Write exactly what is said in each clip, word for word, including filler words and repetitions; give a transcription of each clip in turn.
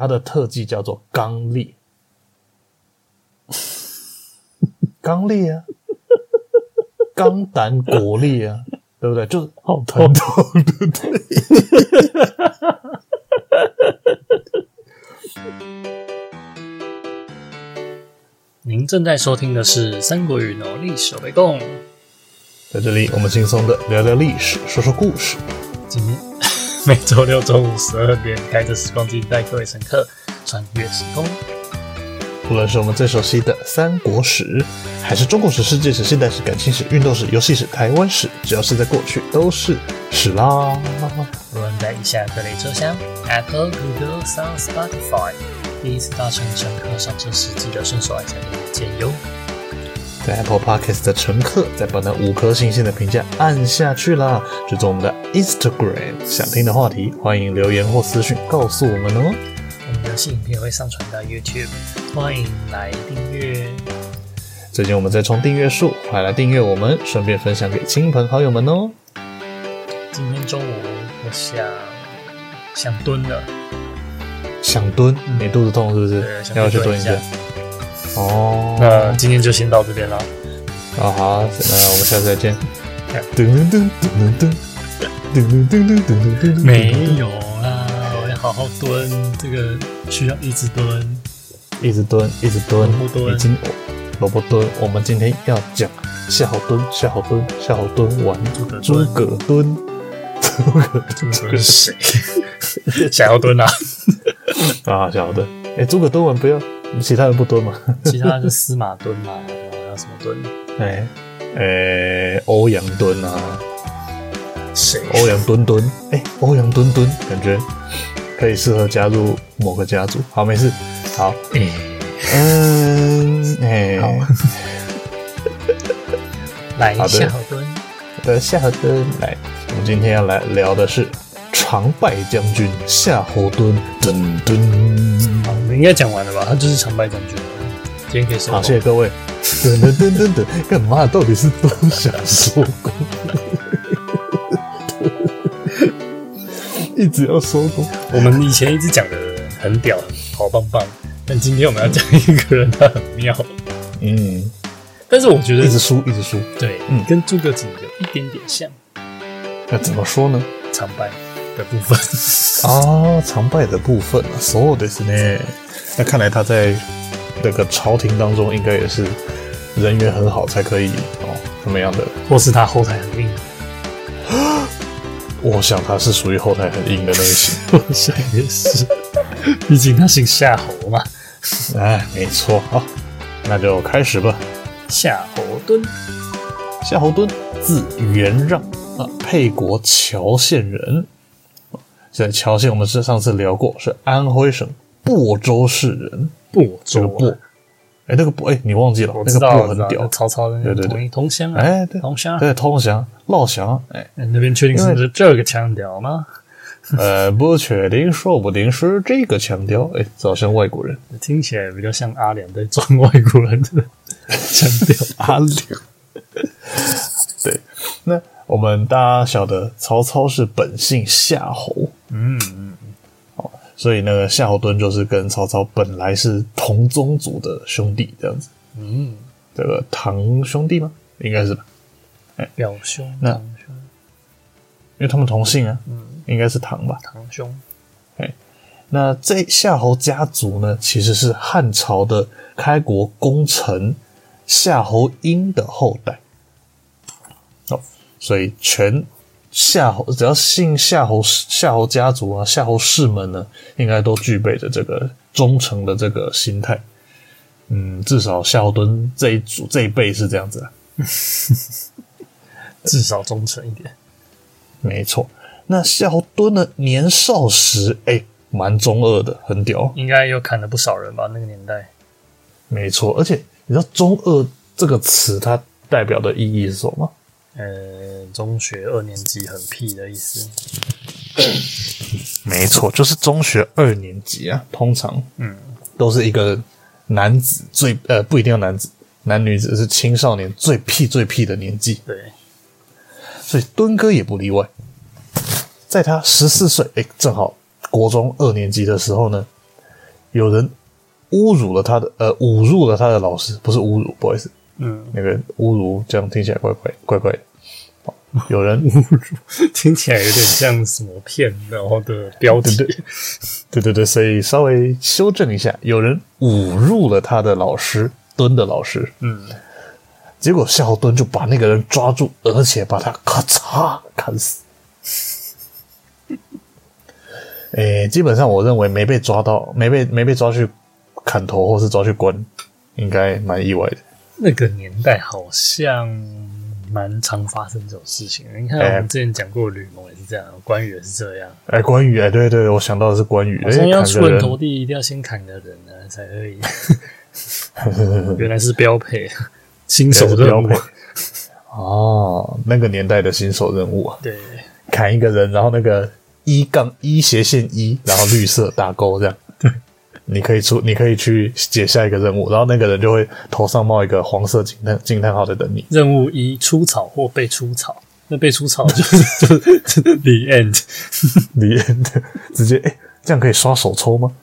它的特技叫做刚烈。刚烈啊，钢胆果烈啊，对不对？就是好痛， 对不对？ 您正在收听的是《三国语农历史回供》， 在这里我们轻松的聊聊历史，说说故事。 今天每周六中午十二点，开着时光机带各位乘客穿越时空。 无论是我们最熟悉的三国史，还是中国史、世界史、现代史、感情史、运动史、游戏史、台湾史，只要是在过去都是史啦。 无论在以下各类车厢 ：Apple、Google、Sound、Spotify， 第一次搭乘乘客上车时记得顺手按下订阅键哟。 在 Apple Podcast 的乘客，再把那五颗星星的评价按下去啦！追踪我们的 Instagram， 想听的话题欢迎留言或私讯告诉我们哦。 我们游戏影片会上传到 YouTube， 欢迎来订阅。 最近我们在冲订阅数，快来订阅我们，顺便分享给亲朋好友们哦。 今天中午我想想蹲了， 想蹲？你肚子痛是不是？ 对，想要去蹲一一下。 哦， 那今天就先到这边了。 哦，好，那我们下次再见。噔噔噔噔噔噔噔噔噔噔， 没有啦，我要好好蹲，这个需要一直蹲， 一直蹲，一直蹲， 萝卜蹲已经萝卜蹲。我们今天要讲夏侯惇，夏侯惇，夏侯惇完诸葛惇，诸葛诸葛是谁？夏侯惇啊， 啊，夏侯惇。哎，诸葛惇完不要。其他人不蹲嘛？ 其他是司马敦嘛，还有什么敦？ 哎哎，欧阳敦啊， 谁？ 欧阳敦敦，哎，欧阳敦敦，感觉可以适合加入某个家族。好，没事，好， 哎， 嗯，哎， 好，来夏侯惇的夏侯惇，来，我们今天要来聊的是常败将军夏侯惇，噔噔。 好，我们应该讲完了吧？他就是常败将军。今天可以收工。 好，谢谢各位。噔噔噔噔噔，干嘛？到底是多想收工？一直要收工。 我们以前一直讲的人很屌，好棒棒，但今天我们要讲一个人，他很妙。 嗯， 但是我觉得一直输，一直输。 对， 嗯， 跟诸葛瑾有一点点像。 那怎么说呢？ 常败的部分啊，常败的部分啊，そうですね。那看来他在那个朝廷当中，应该也是人缘很好，才可以哦，怎么样的？ 或是他后台很硬？ 我想他是属于后台很硬的类型。 我想也是，毕竟他姓夏侯嘛。 哎，没错，好，那就开始吧。 夏侯惇， 夏侯惇字元让啊，沛国谯县人。在谯县，我们是上次聊过，是安徽省亳州市人。 亳州、啊， 这个亳，哎，那个亳，哎，你忘记了？ 我知道， 那个亳很屌， 曹操的那个对对对， 同乡啊， 哎，对， 同乡， 对，同乡，老乡，哎， 那边确定是这个腔调吗？ 呃，不确定，说不定是这个腔调，哎，这好像外国人， 听起来比较像阿良在装外国人的腔调。 阿良，对，那我们大家晓得，曹操是本姓夏侯， 嗯嗯， 哦，所以那个夏侯惇就是跟曹操本来是同宗族的兄弟，这样子， 嗯， 这个堂兄弟吗？应该是吧？哎， 表兄， 那堂兄， 因为他们同姓啊， 嗯， 应该是堂吧？ 堂兄， 哎，那这夏侯家族呢，其实是汉朝的开国功臣夏侯婴的后代。哦，所以全夏侯只要姓夏侯夏侯家族啊，夏侯氏们呢，应该都具备着这个忠诚的这个心态。嗯，至少夏侯惇这一组这一辈是这样子啊。 至少忠诚一点。 没错。那夏侯惇呢，年少时哎，蛮中二的，很屌， 应该又砍了不少人吧？那个年代。 没错，而且你知道“中二”这个词它代表的意义是什么吗？ 呃，中学二年级很屁的意思。 没错，就是中学二年级啊，通常嗯都是一个男子最呃不一定要男子，男女子是青少年最屁最屁的年纪。 对， 所以敦哥也不例外。在他十四岁，哎，正好国中二年级的时候呢， 有人侮辱了他的呃侮辱了他的老师，不是侮辱，不好意思， 嗯， 那个侮辱这样听起来怪怪怪怪的。有人侮辱听起来有点像什么片然后的标题， 对对对对对，所以稍微修正一下，有人侮辱了他的老师敦的老师， 嗯， 结果夏侯惇就把那个人抓住，而且把他咔嚓砍死。诶，基本上我认为没被抓到，没被没被抓去砍头或是抓去关，应该蛮意外的。 那个年代好像蛮常发生这种事情的。你看，我们之前讲过吕蒙也是这样，关羽也是这样。 哎，关羽，哎，对对，我想到的是关羽。 好像要出人头地，一定要先砍个人呢，才可以。原来是标配，新手任务。 哦，那个年代的新手任务啊。 对， 砍一个人，然后那个一杠一斜线一，然后绿色打勾这样。 对， 你可以出，你可以去解下一个任务，然后那个人就会头上冒一个黄色惊叹惊叹号在等你。 任务一：出草或被出草。那被出草就是就是 the end，the end， 直接哎、欸，这样可以刷手抽吗？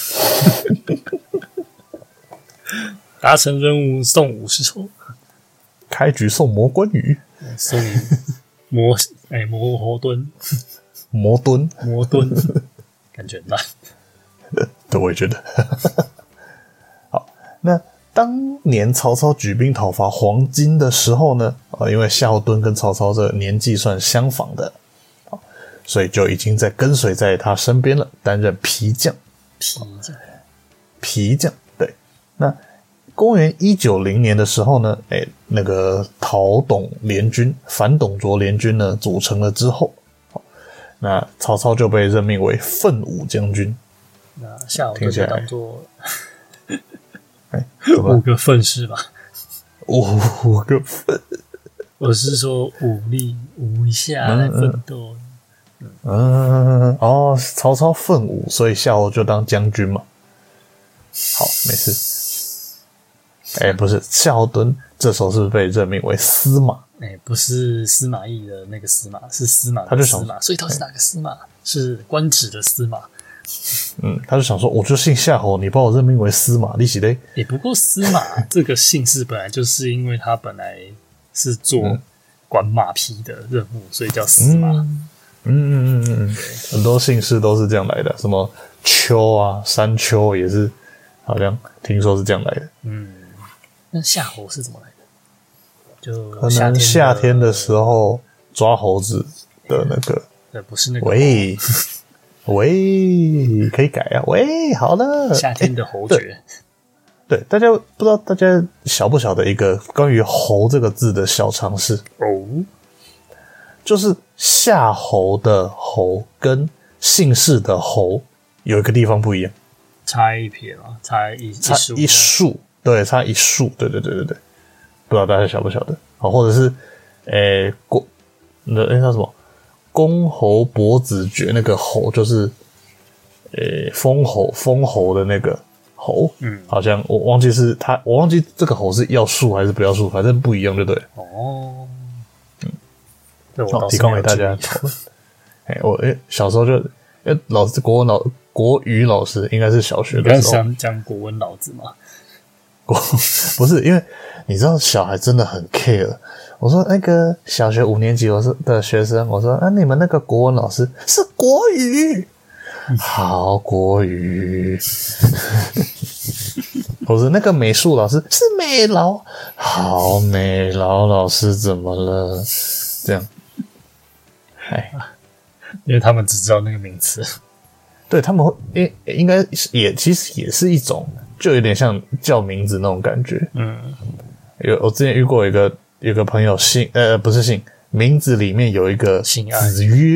达成任务送五十抽， 开局送魔关羽， 送你魔哎魔猴蹲， 魔蹲魔蹲，感觉很烂。 对，我也觉得。好，那当年曹操举兵讨伐黄巾的时候呢，呃，因为夏侯惇跟曹操这年纪算相仿的，所以就已经在跟随在他身边了，担任皮将。 皮将， 皮将，对。那公元一九零年的时候呢，哎，那个讨董联军、反董卓联军呢组成了之后，那曹操就被任命为奋武将军。 那夏侯惇就当做哎， 五个奋士吧， 五个奋， 我是说武力武一下来奋斗。 嗯, 嗯哦，曹操奋武，所以夏侯就当将军嘛。好，没事。哎，不是，夏侯惇这时候是不是被任命为司马？ 哎，不是司马懿的那个司马，是司马的司马，所以他是哪个司马？是官职的司马。 嗯，他就想说，我就姓夏侯，你把我任命为司马，你是嘞？ 也不过司马这个姓氏本来就是因为他本来是做管马匹的任务，所以叫司马。 嗯嗯嗯嗯嗯，很多姓氏都是这样来的，什么丘啊、山丘也是，好像听说是这样来的。 嗯，那夏侯是怎么来的？就可能夏天的时候抓猴子的那个， 对，不是那个。 喂喂，可以改啊！喂，好了， 夏天的侯爵。 欸、对, 对，大家不知道大家晓不晓得一个关于“侯”这个字的小常识哦， 就是夏侯的“侯”跟姓氏的“侯”有一个地方不一样， 差一撇嘛，差一差一竖，对，差一竖，对对对对对，不知道大家晓不晓得？好，或者是诶，公那诶叫什么？公侯伯子爵，那个侯就是诶封侯封侯的那个侯， 嗯， 好像我忘记是他，我忘记这个侯是要竖还是不要竖，反正不一样就对了。 哦， 嗯， 好， 提供给大家讨论。哎，我诶小时候就诶老师国文老国语老师应该是小学的时候， 你刚想讲国文老子吗？ 国不是，因为你知道小孩真的很 care。我说那个小学五年级我是的学生，我说啊你们那个国文老师是国语，嗯、好国语。我说那个美术老师是美劳，好美劳老师怎么了？这样，哎， 因为他们只知道那个名词， 对他们会应应该也其实也是一种，就有点像叫名字那种感觉。 嗯， 有我之前遇过一个。有个朋友姓呃不是姓名字里面有一个子曰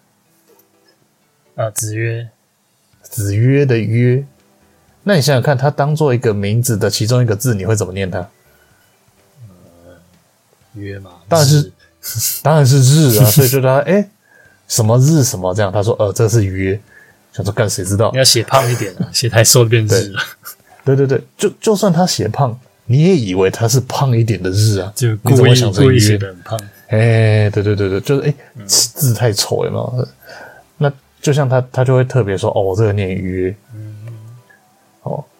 啊子曰子曰的曰，那你想想看，他当做一个名字的其中一个字，你会怎么念它？ 呃，曰嘛， 当然是当然是日啊，所以就他哎、欸、什么日什么这样，他说呃这是曰，想说干谁知道？ 你要写胖一点啊，写太瘦变日了。 对对对，就就算他写胖。你也以为他是胖一点的日啊？ 就故意故意写的很胖。 哎、欸，对对对对，就是哎、欸嗯，字太丑有没有？那就像他他就会特别说哦，我这个念约。 嗯，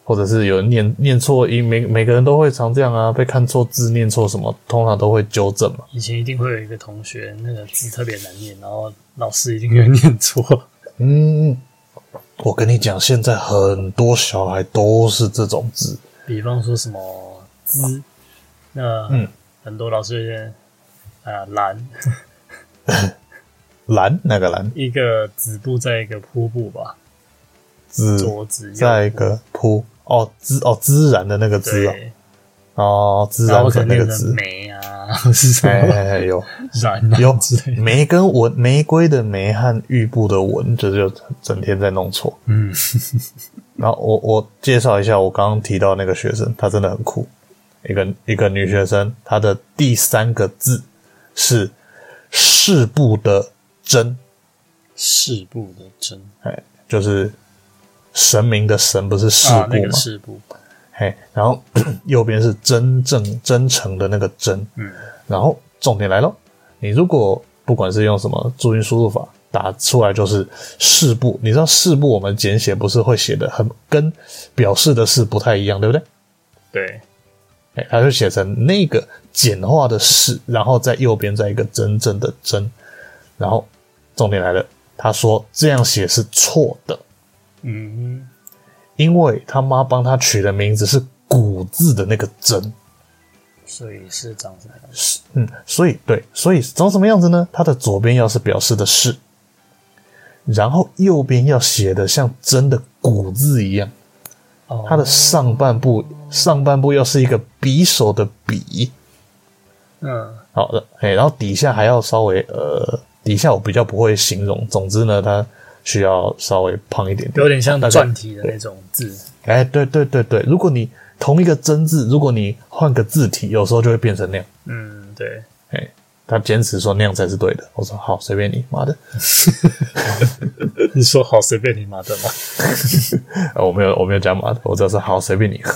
或者是有人念念错音，每每个人都会常这样啊，被看错字、念错什么，通常都会纠正嘛。 以前一定会有一个同学那个字特别难念，然后老师一定会念错。 嗯，我跟你讲，现在很多小孩都是这种字， 比方说什么滋，那嗯，很多老师有点啊蓝， 蓝哪个蓝？ 一个子部在一个铺部吧， 子左子在一个铺哦，孜哦孜然的那个孜啊，哦孜然的那个孜， 梅啊是什么？ 哎有然啊有梅跟文玫瑰的玫和玉部的文，就就整天在弄错。嗯，然后我我介绍一下我刚刚提到那个学生，他真的很酷，一个一个女学生，她的第三个字是士部的真， 士部的真， 哎，就是神明的神，不是士部吗？啊， 那个士部。 嘿，然后右边是真正真诚的那个真，嗯，然后重点来咯，你如果不管是用什么注音输入法打出来就是士部，你知道士部我们简写不是会写的很跟表示的是不太一样，对不对？ 对， 哎，他就写成那个简化的士，然后在右边再一个真正的真，然后重点来了，他说这样写是错的，嗯。因为他妈帮他取的名字是古字的那个真， 所以是长什么样子？嗯，所以对，所以长什么样子呢？它的左边要是表示的是，然后右边要写的像真的古字一样。哦，它的上半部上半部要是一个匕首的匕，嗯，好的，哎，然后底下还要稍微呃，底下我比较不会形容，总之呢，它需要稍微胖一点点， 有点像篆体的那种字。 哎，对对对对，如果你同一个真字，如果你换个字体，有时候就会变成那样。 嗯，对。 哎，他坚持说那样才是对的。我说好，随便你，妈的。 你说好，随便你，妈的吗？ 我没有，我没有讲妈的，我只是好，随便你。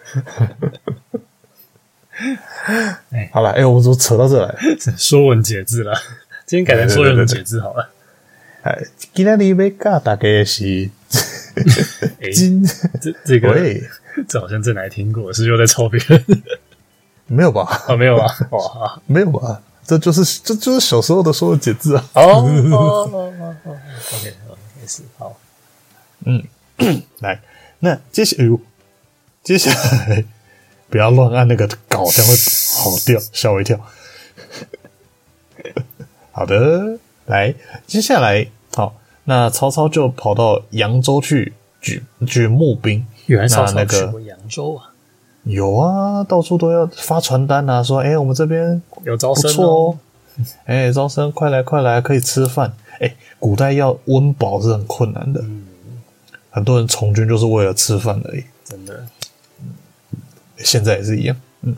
好了，哎，我们怎么扯到这来？ 说文解字了，今天改成说文解字好了。 哎，今天你要教大家的是金、 欸，这这个，这好像在哪里听过，是又在抄别人？ 没有吧？ 啊，没有吧？哇， 没有吧？这就是这就是小时候的说文解字啊！ 哦哦哦哦哦 ，OK， 没事，好， 嗯，来，那接下来，接下来不要乱按那个稿，这样会跑掉，吓我一跳。好的。来，接下来好，那曹操就跑到扬州去举举募兵。 原来曹操去过扬州啊？ 有啊，到处都要发传单啊，说哎、欸，我们这边有招生不错哦，哎、欸，招生快来快来，可以吃饭。哎、欸，古代要温饱是很困难的，嗯，很多人从军就是为了吃饭而已， 真的， 嗯，现在也是一样，嗯，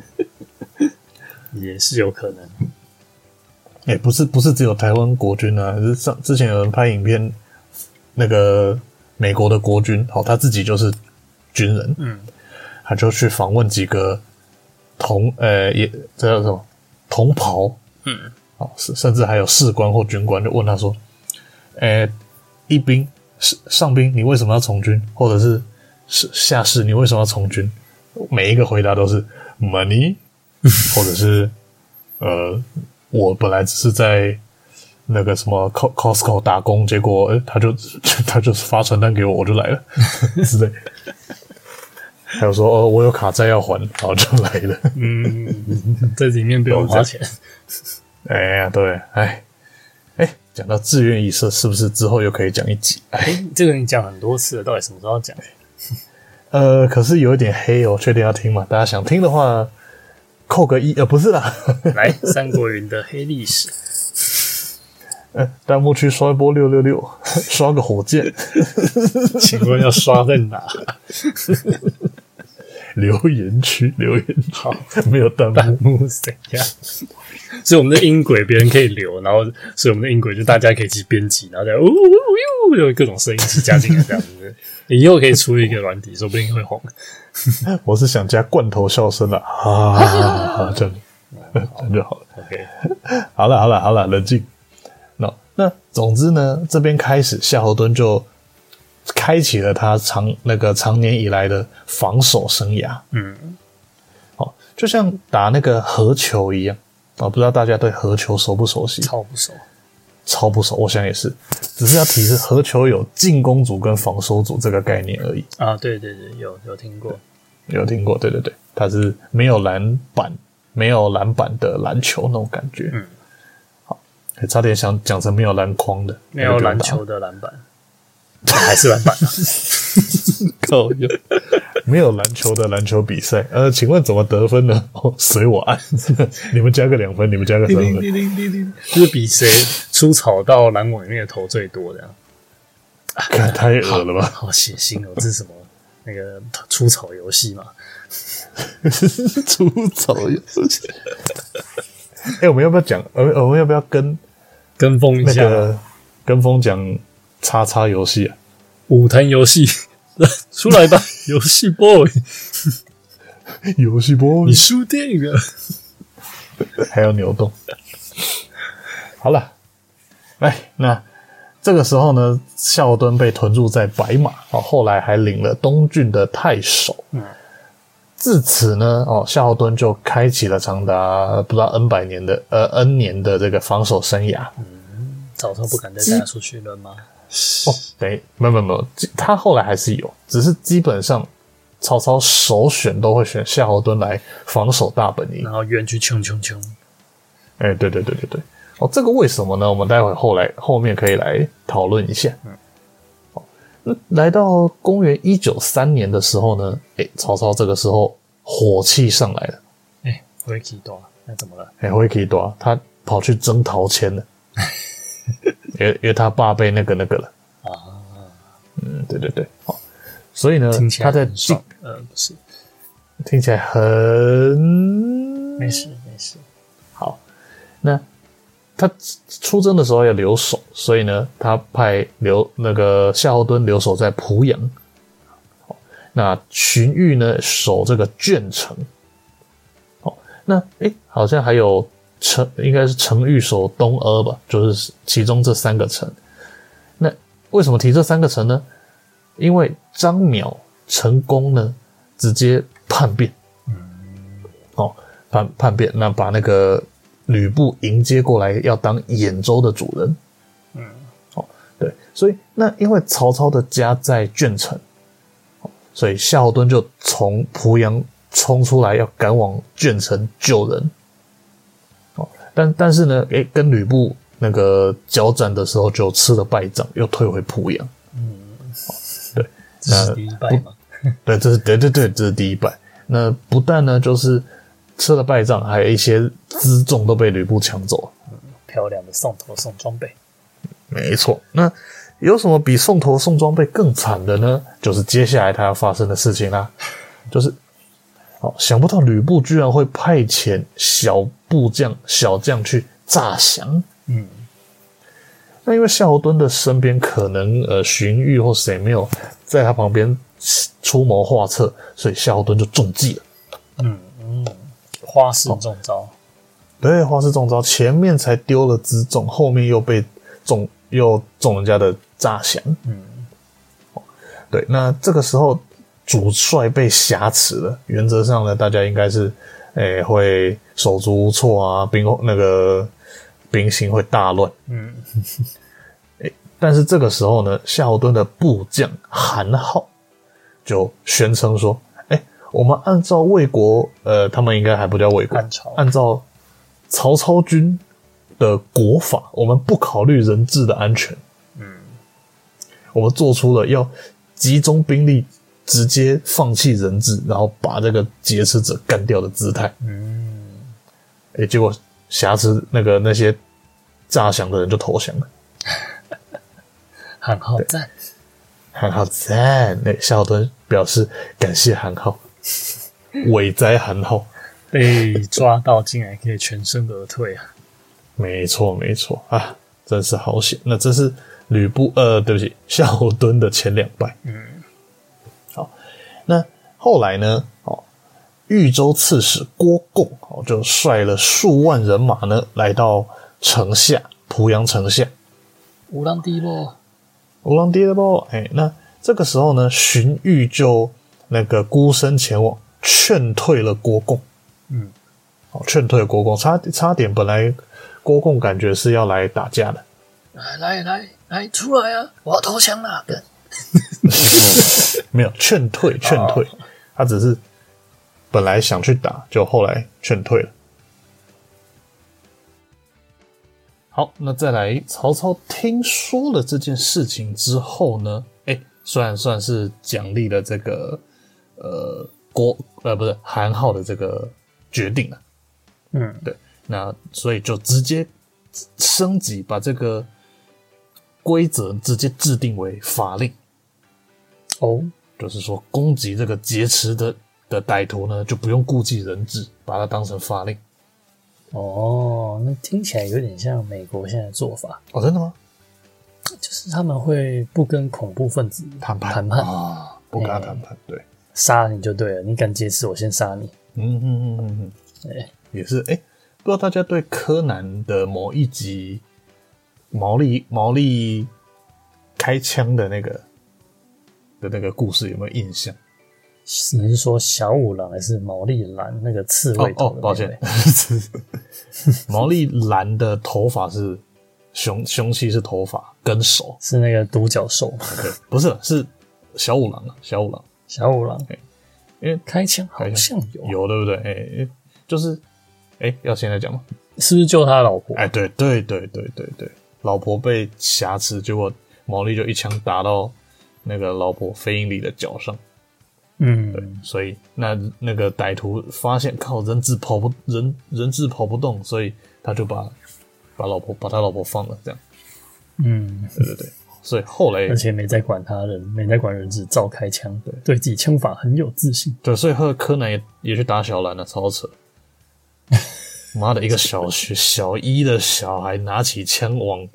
也是有可能。 哎、欸，不是不是只有台湾国军啊，是上之前有人拍影片，那个美国的国军，好，他自己就是军人，嗯，他就去访问几个同呃也这叫什么同袍，嗯，好，甚至还有士官或军官，就问他说，呃，一兵上兵，你为什么要从军？或者是是下士，你为什么要从军？每一个回答都是 money， 或者是呃。我本来只是在那个什么 Costco 打工，结果、欸、他就他就发传单给我，我就来了之类。还有说哦，我有卡债要还，然后就来了。 嗯，在里面不用花钱。 哎呀，对，哎哎，讲到志愿役社，是不是之后又可以讲一集？哎， 这个你讲很多次了，到底什么时候要讲？ 呃，可是有一点黑哦，确定要听吗？大家想听的话。扣个一，呃，不是啦， 来三国云的黑历史， 呃，弹幕区刷一波六六六，刷个火箭， 请问要刷在哪？ 留言区，留言区好， 没有弹幕， 弹幕怎样？所以我们的音轨别人可以留，然后所以我们的音轨就大家可以去编辑，然后再呜呜呜，有各种声音一起加进来，这样子。以后可以出一个软体，说不定会红。 我是想加罐头笑声了啊，这样这样就好了。 OK， 好了好了好了，冷静。那那总之呢，这边开始夏侯惇就开启了他长那个长年以来的防守生涯。 嗯， 哦，就像打那个合球一样啊、哦，不知道大家对合球熟不熟悉？ 超不熟， 超不熟，我想也是，只是要提示合球有进攻组跟防守组这个概念而已。 啊，对对对，有有听过， 有听过，对对对，它是没有篮板、没有篮板的篮球那种感觉。 嗯， 好，差点想讲成没有篮筐的， 没有篮球的篮板，还是篮板。 靠哟，没有篮球的篮球比赛，呃，请问怎么得分呢？哦，随我按，你们加个两分，你们加个三分， 叮叮叮叮，就是比谁出草到篮网里面的投最多这样。 看太恶了吧！ 好血腥哦！这是什么？那个出草游戏嘛？ 出草游戏。哎、欸，我们要不要讲？我们我们要不要跟跟风一下？ 那个跟风讲叉叉游戏啊？ 舞坛游戏，出来吧，游戏 boy， 游戏 boy， 你输定了， 还要扭动。好了，来，那这个时候呢，夏侯惇被屯驻在白马，哦，后来还领了东郡的太守。嗯，自此呢，哦，夏侯惇就开启了长达不知道 N 百年的呃 N 年的这个防守生涯。 嗯，曹操不敢再带他出去了吗？ 哦，对，没有没有没有，他后来还是有，只是基本上曹操首选都会选夏侯惇来防守大本营， 然后冤去冲冲冲。 哎，对对对对对，哦，这个为什么呢？我们待会后来后面可以来讨论一下。嗯，哦，那来到公元一九三年的时候呢，哎，曹操这个时候火气上来了， 哎，会气大，那怎么了？ 哎，会气大，他跑去征陶谦了。因为因为他爸被那个那个了啊，嗯，对对对，好，所以呢，他在进呃不是， 听起来很没事没事。 好，那他出征的时候要留守，所以呢，他派留那个夏侯惇留守在濮阳，那荀彧呢守这个鄄城，好，那诶好像还有。程应该是程昱守东阿吧，就是其中这三个城。那为什么提这三个城呢？因为张邈成功呢，直接叛变，嗯，哦，叛叛变，那把那个吕布迎接过来，要当兖州的主人，嗯，哦，对，所以那因为曹操的家在鄄城，所以夏侯惇就从濮阳冲出来，要赶往鄄城救人。但但是呢，诶，跟吕布那个交战的时候就吃了败仗，又退回濮阳。嗯，哦、对， 这是第一败嘛？ 对，这是对对对，这是第一败。那不但呢，就是吃了败仗，还有一些辎重都被吕布抢走了。 嗯，漂亮的送头送装备。 没错。那有什么比送头送装备更惨的呢？就是接下来他要发生的事情啦，就是。好，想不到吕布居然会派遣小部将、小将去诈降。嗯，那因为夏侯惇的身边可能呃荀彧或谁没有在他旁边出谋划策，所以夏侯惇就中计了。 嗯嗯，花式中招。哦、 对，花式中招，前面才丢了辎重，后面又被中又中人家的诈降。嗯，对，那这个时候。主帅被挟持了，原则上呢，大家应该是，诶、欸，会手足无措啊，兵那个兵心会大乱。嗯，诶、欸，但是这个时候呢，夏侯惇的部将韩浩就宣称说，诶、欸，我们按照魏国，呃，他们应该还不叫魏国，按照曹操军的国法，我们不考虑人质的安全。嗯，我们做出了要集中兵力。直接放弃人质，然后把这个劫持者干掉的姿态。嗯，诶，结果挟持那个那些诈降的人就投降了。 韩浩赞， 韩浩赞。那夏侯惇表示感谢韩浩，伟哉韩浩， 被抓到竟然可以全身而退啊！ 没错，没错啊，真是好险。那这是吕布，呃，对不起，夏侯惇的前两败。嗯。那后来呢？哦，豫州刺史郭贡哦，就率了数万人马呢，来到城下，濮阳城下。 有人伫无？ 有人伫了不？哎，那这个时候呢，荀彧就那个孤身前往，劝退了郭贡。 嗯， 好，劝退了郭贡，差差点本来郭贡感觉是要来打架的。 来来来来，出来啊！我要投降了。 没有劝退，劝退，哦、他只是本来想去打，就后来劝退了。好，那再来，曹操听说了这件事情之后呢，哎，虽然算是奖励了这个呃郭呃不是韩浩的这个决定了， 嗯， 对，那所以就直接升级，把这个规则直接制定为法令。 哦， 就是说攻击这个劫持的的歹徒呢，就不用顾忌人质，把它当成法令。 哦，那听起来有点像美国现在的做法。 哦，真的吗？ 就是他们会不跟恐怖分子谈判谈判啊，不跟他谈判，对， 杀你就对了，你敢劫持我先杀你。 嗯嗯嗯嗯嗯， 对， 也是。哎，不知道大家对柯南的某一集毛利毛利开枪的那个的那个故事有没有印象？ 你是说小五郎还是毛利兰那个刺猬头的、那個？ 哦哦，抱歉，毛利兰的头发是凶凶器是头发跟手， 是那个独角兽吗？ 对，不是，是小五郎啊，小五郎， 小五郎， 因为开枪好像有有对不对？哎、欸，就是哎、欸，要现在讲吗？ 是不是救他老婆？ 哎、欸，对对对对对对，老婆被挟持，结果毛利就一枪打到那个老婆飞鹰里的脚上。 嗯， 对，所以那那个歹徒发现靠人质跑不人人质跑不动，所以他就把把老婆把他老婆放了，这样。 嗯， 对对对，所以后来而且没在管他人，没在管人质，照开枪，对，对自己枪法很有自信。 对，所以后来柯南也也去打小兰了，超扯。妈的，一个小学小一的小孩拿起枪往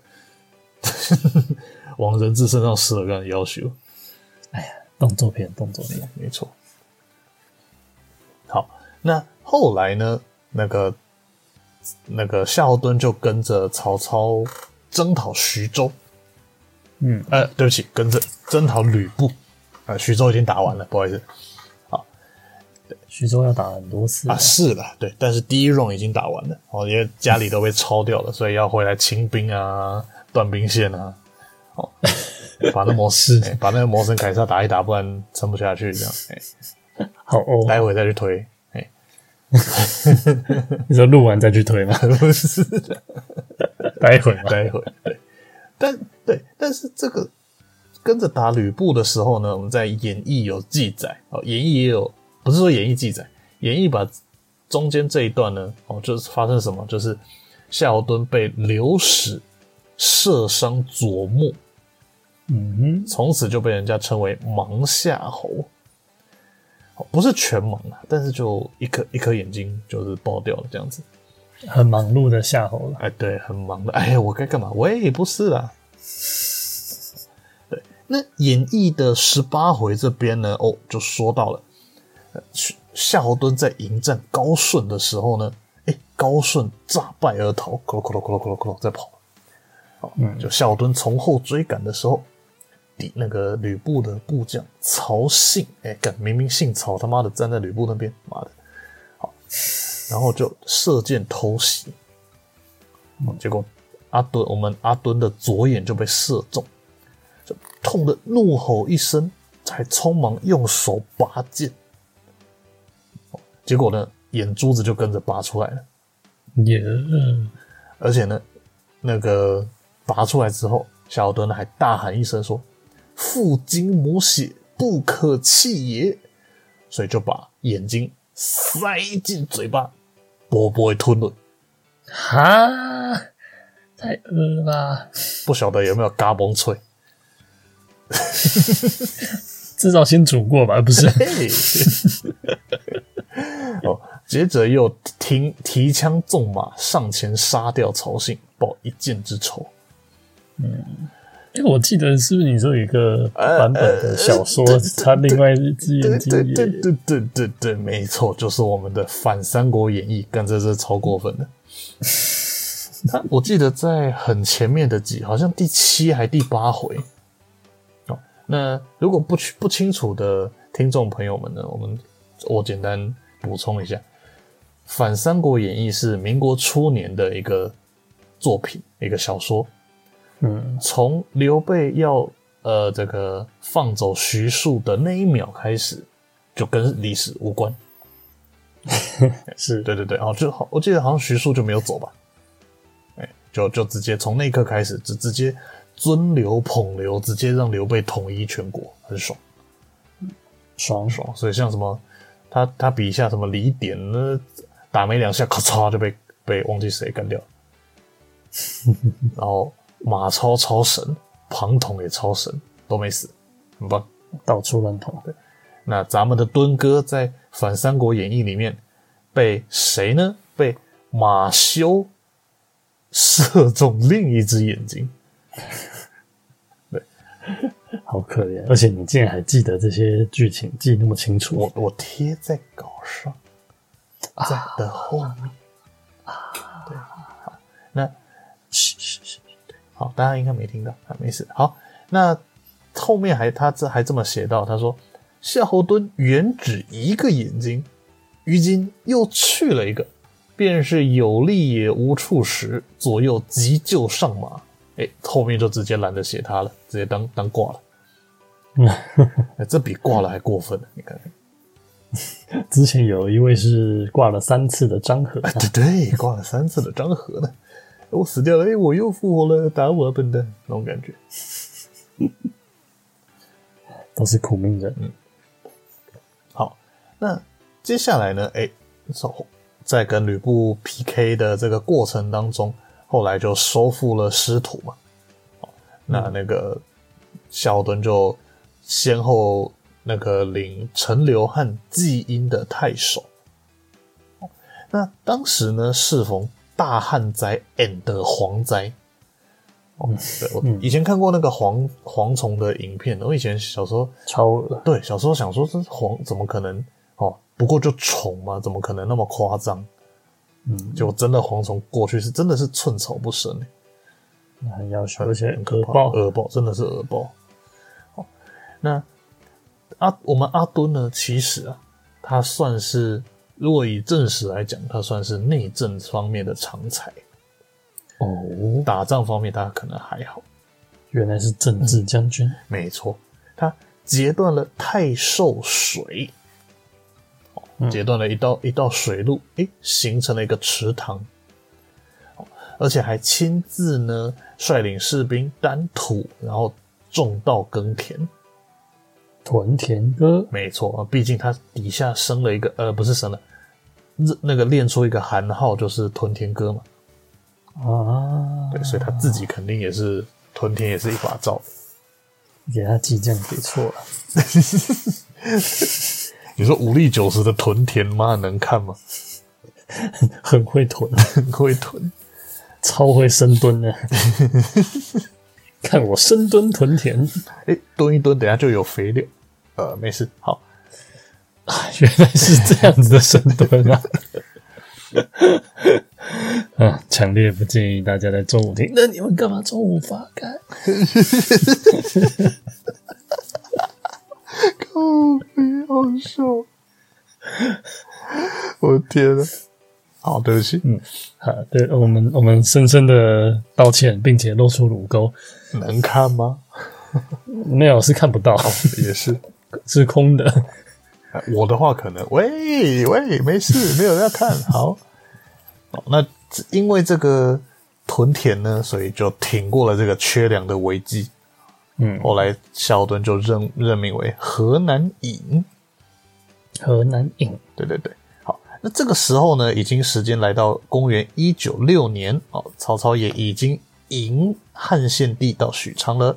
往人质身上射了，干要求。 哎呀。动作片，动作片， 没错。好，那后来呢？那个那个夏侯惇就跟着曹操征讨徐州。 嗯， 呃，对不起，跟着征讨吕布。呃，徐州已经打完了，不好意思。好， 徐州要打很多次啊，是的，对，但是第一 round 已经打完了，哦，因为家里都被抄掉了，所以要回来清兵啊，断兵线啊，哦。把那魔是、欸、把那个魔神凯撒打一打，不然撑不下去。这样，欸、 好哦， 待会再去推。欸、 你说录完再去推吗？ 不是， 待会吗？ 待会。对，但对，但是这个跟着打吕布的时候呢，我们在演义有记载哦，演义也有，不是说演义记载，演义把中间这一段呢，哦，就是发生什么，就是夏侯惇被刘使射伤左目。 嗯哼， 从此就被人家称为盲夏侯，不是全盲啊，但是就一颗一颗眼睛就是爆掉了这样子， 很忙碌的夏侯了。 哎，对，很忙的。哎，我该干嘛？喂，不是啦。对，那演义的十八回这边呢，哦，就说到了，夏侯惇在迎战高顺的时候呢，哎，高顺诈败而逃，咕噜咕噜咕噜咕噜咕噜在跑。好，嗯，就夏侯惇从后追赶的时候。那个吕布的部将曹信，哎、欸，干明明姓曹，他妈的站在吕布那边，妈的，好，然后就射箭偷袭，嗯、结果阿敦，我们阿敦的左眼就被射中，就痛得怒吼一声，才匆忙用手拔剑，结果呢，眼珠子就跟着拔出来了， 耶、 yeah. 而且呢，那个拔出来之后，夏侯惇还大喊一声说。父精母血，不可弃也。所以就把眼睛塞进嘴巴，波波吞了。 哈，太恶了吧！ 不晓得有没有嘎嘣脆？ 至少先煮过吧，不是？ 哦，接着又提提枪纵马上前杀掉曹信，报一箭之仇。 嗯。因为我记得是不是你说有一个版本的小说，呃呃、他另外一只眼睛也对对对对对对，没错，就是我们的反《三国演义》，干这是超过分的。他我记得在很前面的集，好像第七还第八回，哦， 那如果不不清楚的听众朋友们呢，我们我简单补充一下，《反三国演义》是民国初年的一个作品，一个小说。 嗯， 从刘备要呃这个放走徐庶的那一秒开始，就跟历史无关。 是， 对对对，哦，就好，我记得好像徐庶就没有走吧？哎，就就直接从那一刻开始，直直接尊刘捧刘，直接让刘备统一全国，很爽， 爽爽。所以像什么他他笔下什么李典呢，打没两下，咔嚓就被被忘记谁干掉了。然后马超超神，庞统也超神，都没死，很棒， 到处乱捅。 对，那咱们的敦哥在《反三国演义》里面被谁呢？被马修射中另一只眼睛。对， 好可怜，而且你竟然还记得这些剧情，记那么清楚。 我我贴在稿上，在的后面。啊，对，好，那嘘嘘嘘，对，好，大家应该没听到，啊，没事。好，那后面还他这还这么写到，他说夏侯惇原只一个眼睛，于今又去了一个，便是有力也无处使，左右急救上马。哎，后面就直接懒得写他了，直接当当挂了。哎，这比挂了还过分了，你看看。 之前有一位是挂了三次的张合、啊哎，对对，挂了三次的张合呢。我死掉了，哎，我又复活了，打我笨蛋，那种感觉。 都是苦命人。 嗯，好，那接下来呢？哎，在跟吕布 P K 的这个过程当中，后来就收复了失土嘛。那那个夏侯惇就先后那个领陈留和季阴的太守。那当时呢，适逢大旱灾 and 蝗灾。哦，对，我以前看过那个蝗蝗虫的影片，我以前小时候超恶， 对，小时候想说这蝗怎么可能哦？不过就虫嘛，怎么可能那么夸张？嗯，就真的蝗虫过去是真的是寸草不生， 那很要求，而且很可怕， 恶爆， 恶爆，真的是恶爆。好，那阿我们阿敦呢，其实啊，他算是如果以正史来讲，他算是内政方面的常才。哦，打仗方面他可能还好， 原来是政治将军。嗯、 没错，他截断了太寿水，哦、截断了一道一道水路，诶，形成了一个池塘，哦、而且还亲自呢率领士兵担土，然后种稻耕田， 屯田歌。 没错，毕竟他底下生了一个，呃，不是生了，那个练出一个韩号，就是屯田歌嘛。 啊， 对，所以他自己肯定也是屯田，也是一把照。 给他记这样给错了。 你说武力九十的屯田妈能看吗？ 很会屯， 很会屯， 超会深蹲的。看我深蹲屯田， 哎，蹲一蹲，等一下就有肥料。呃，没事，好。 啊，原来是这样子的深蹲啊！啊，强烈不建议大家在中午听。那你们干嘛中午发干？ 靠北，好笑！我的天啊！好，对不起。 嗯，好，对我们我们深深的道歉，并且露出乳沟。 能看吗？ 没有，是看不到， 也是是空的。 我的话可能，喂喂，没事，没有人要看。好。那因为这个屯田呢，所以就挺过了这个缺粮的危机。嗯，后来夏侯惇就任任命为河南尹。 河南尹， 对对对。好，那这个时候呢，已经时间来到公元一九六年哦，曹操也已经迎汉献帝到许昌了。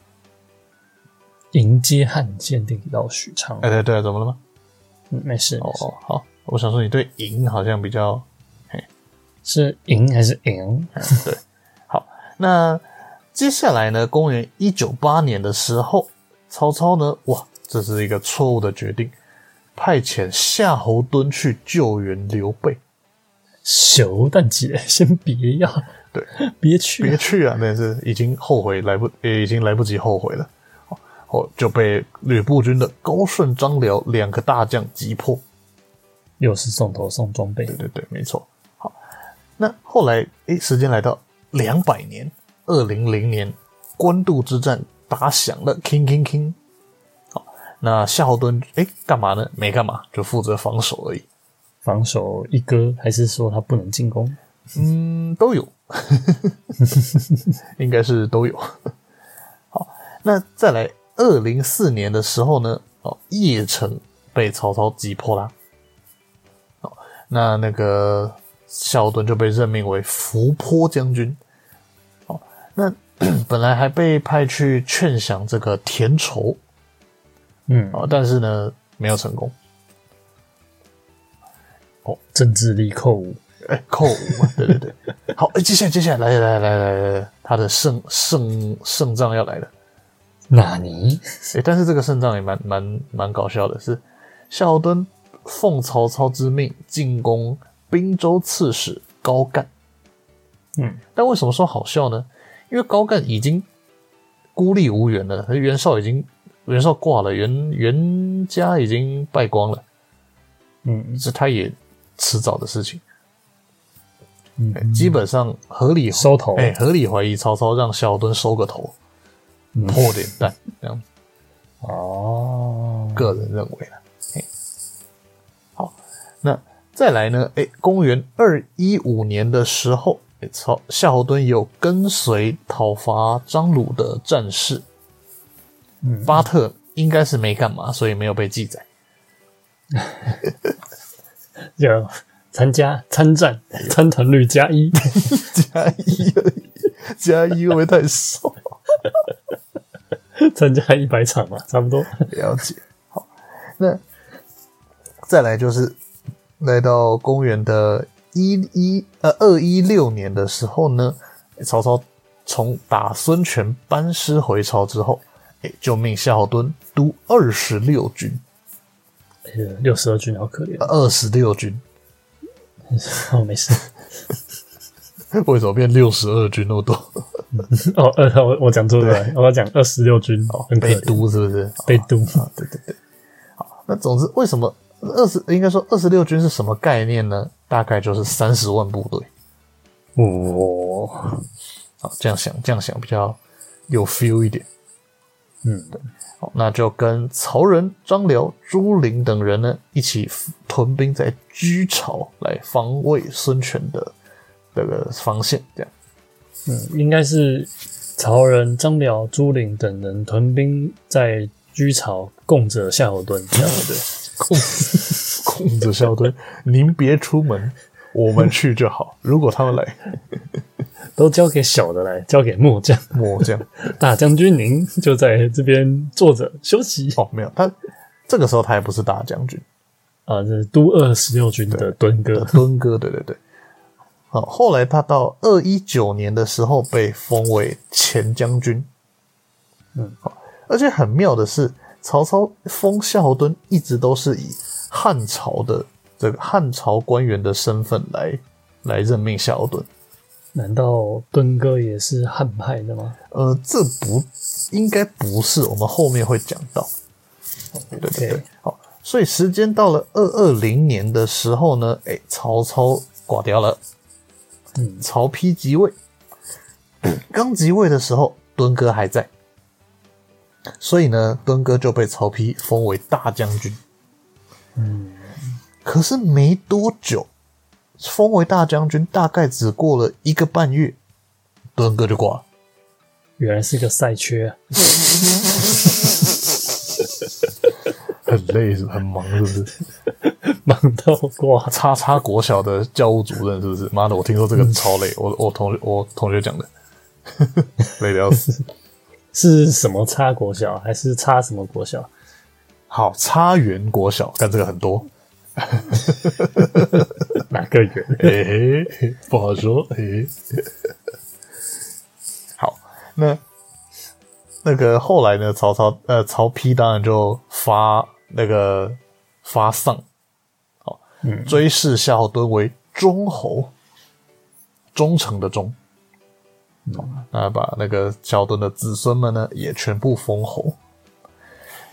迎接汉献帝到许昌。 哎，对对，怎么了吗？ 嗯，没事。 哦哦，好，我想说你对迎好像比较。 是赢还是赢？ 对，好，那接下来呢？公元一九八年的时候，曹操呢，哇，这是一个错误的决定，派遣夏侯惇去救援刘备。 小蛋姐，先别要， 对， 别去、啊， 别去啊！那是已经后悔来不，也已经来不及后悔了。 哦，就被吕布军的高顺、张辽两个大将击破。 又是送头送装备。 对对对，没错。好，那后来诶，时间来到两百年，二零零年，官渡之战打响了，铿铿铿。好，那夏侯惇诶干嘛呢？没干嘛，就负责防守而已。 防守一哥，还是说他不能进攻？ 嗯，都有，应该是都有。好，那再来二零四年的时候呢，哦，邺城被曹操击破啦。哦，那那个夏侯惇就被任命为伏波将军。哦，那本来还被派去劝降这个田畴， 嗯， 哦，但是呢没有成功。 哦，政治力扣五。 哎，扣五嘛，对对对。好，哎，接下来接下来来来来来来，他的胜胜胜仗要来了。 纳尼？ 哎，但是这个胜仗也蛮蛮蛮搞笑的，是夏侯惇奉曹操之命进攻滨州刺史高干。 嗯， 但为什么说好笑呢？因为高干已经孤立无援了，袁绍已经袁绍挂了，袁袁家已经败光了。 嗯， 这他也迟早的事情。 嗯， 基本上合理收头， 哎，合理怀疑曹操让夏侯惇收个头， 嗯、 破脸蛋这样子。 哦， 个人认为啦。好，那再来呢？哎，公元二一五年的时候，哎，曹夏侯惇有跟随讨伐张鲁的战事。 嗯， 巴特应该是没干嘛，所以没有被记载。 有参加参战，参团率加一， 加一而已，加一会不会太少？ 参加一百场嘛，差不多。 了解。好，那再来就是来到公元的一一呃二一六年的时候呢，曹操从打孙权班师回朝之后，哎，就命夏侯惇督二十六军。 六十二军好可怜。 二十六军。 哦，没事。 为什么变六十二军那么多？ 哦，呃，我我讲错了，我要讲二十六军，很可被督是不是？ 被督啊，对对对。好，那总之，为什么二十应该说二十六军是什么概念呢？大概就是三十万部队。 哦， 好，这样想，这样想比较有 feel 一点。 嗯， 对。好，那就跟曹仁、张辽、朱灵等人呢一起屯兵在居巢，来防卫孙权的这个防线。这样， 嗯，应该是曹仁、张辽、朱灵等人屯兵在居巢，供着夏侯惇，这样对， 供供着夏侯惇，您别出门，我们去就好。如果他们来， 都交给小的来，交给末将。 末将， 大将军您就在这边坐着休息。 哦，没有，他这个时候他还不是大将军啊，这是都二十六军的敦哥。 敦哥，对对对。好，后来他到二一九年的时候被封为前将军。 嗯， 好，而且很妙的是，曹操封夏侯惇一直都是以汉朝的这个汉朝官员的身份来来任命夏侯惇。 难道敦哥也是汉派的吗？ 呃，这不应该不是，我们后面会讲到。对对对， okay. 好，所以时间到了二二零年的时候呢，哎，曹操挂掉了， 嗯， 曹丕即位。刚即位的时候，敦哥还在，所以呢，敦哥就被曹丕封为大将军。 嗯， 可是没多久。封为大将军，大概只过了一个半月，敦哥就挂了。 原来是个赛缺、啊， 很累是不是？很忙是不是？ 忙到挂。 叉叉国小的教务主任是不是？妈的，我听说这个超累，我我同学我同学讲的，累得要死。 是什么叉国小，还是叉什么国小？ 好，叉园国小，干这个很多。 哪个圆？ 嘿嘿，不好说。嘿，好，那那个后来呢？曹操呃，曹丕当然就发那个发丧，好， 嗯， 追谥夏侯惇为忠侯，忠诚的忠。嗯，那把那个夏侯惇的子孙们呢，也全部封侯。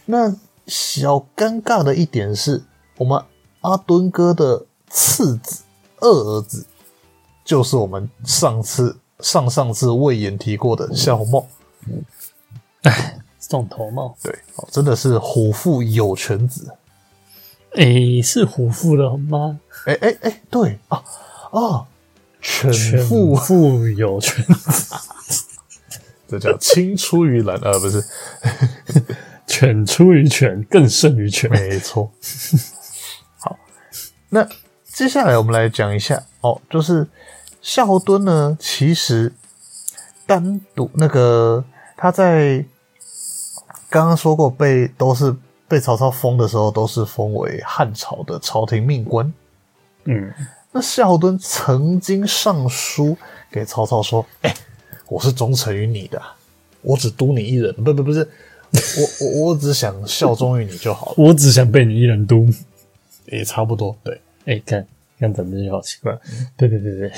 那小尴尬的一点是，我们阿敦哥的次子二儿子，就是我们上次上上次魏延提过的夏侯茂。 哎，送头帽， 对，哦，真的是虎父有犬子。 哎，是虎父的吗？ 哎哎哎，对啊啊，犬犬父父有犬子， 这叫青出于蓝，呃，不是， 犬出于犬，更胜于犬。 没错。好，那接下来我们来讲一下哦，就是夏侯惇呢，其实单独那个他在刚刚说过被都是被曹操封的时候，都是封为汉朝的朝廷命官。 嗯， 那夏侯惇曾经上书给曹操说：“哎、欸，我是忠诚于你的，我只督你一人，不不不是，我我我只想效忠于你就好了。 我只想被你一人督， 也差不多。对， 哎、欸，看看咱们这句好奇怪。对对对对，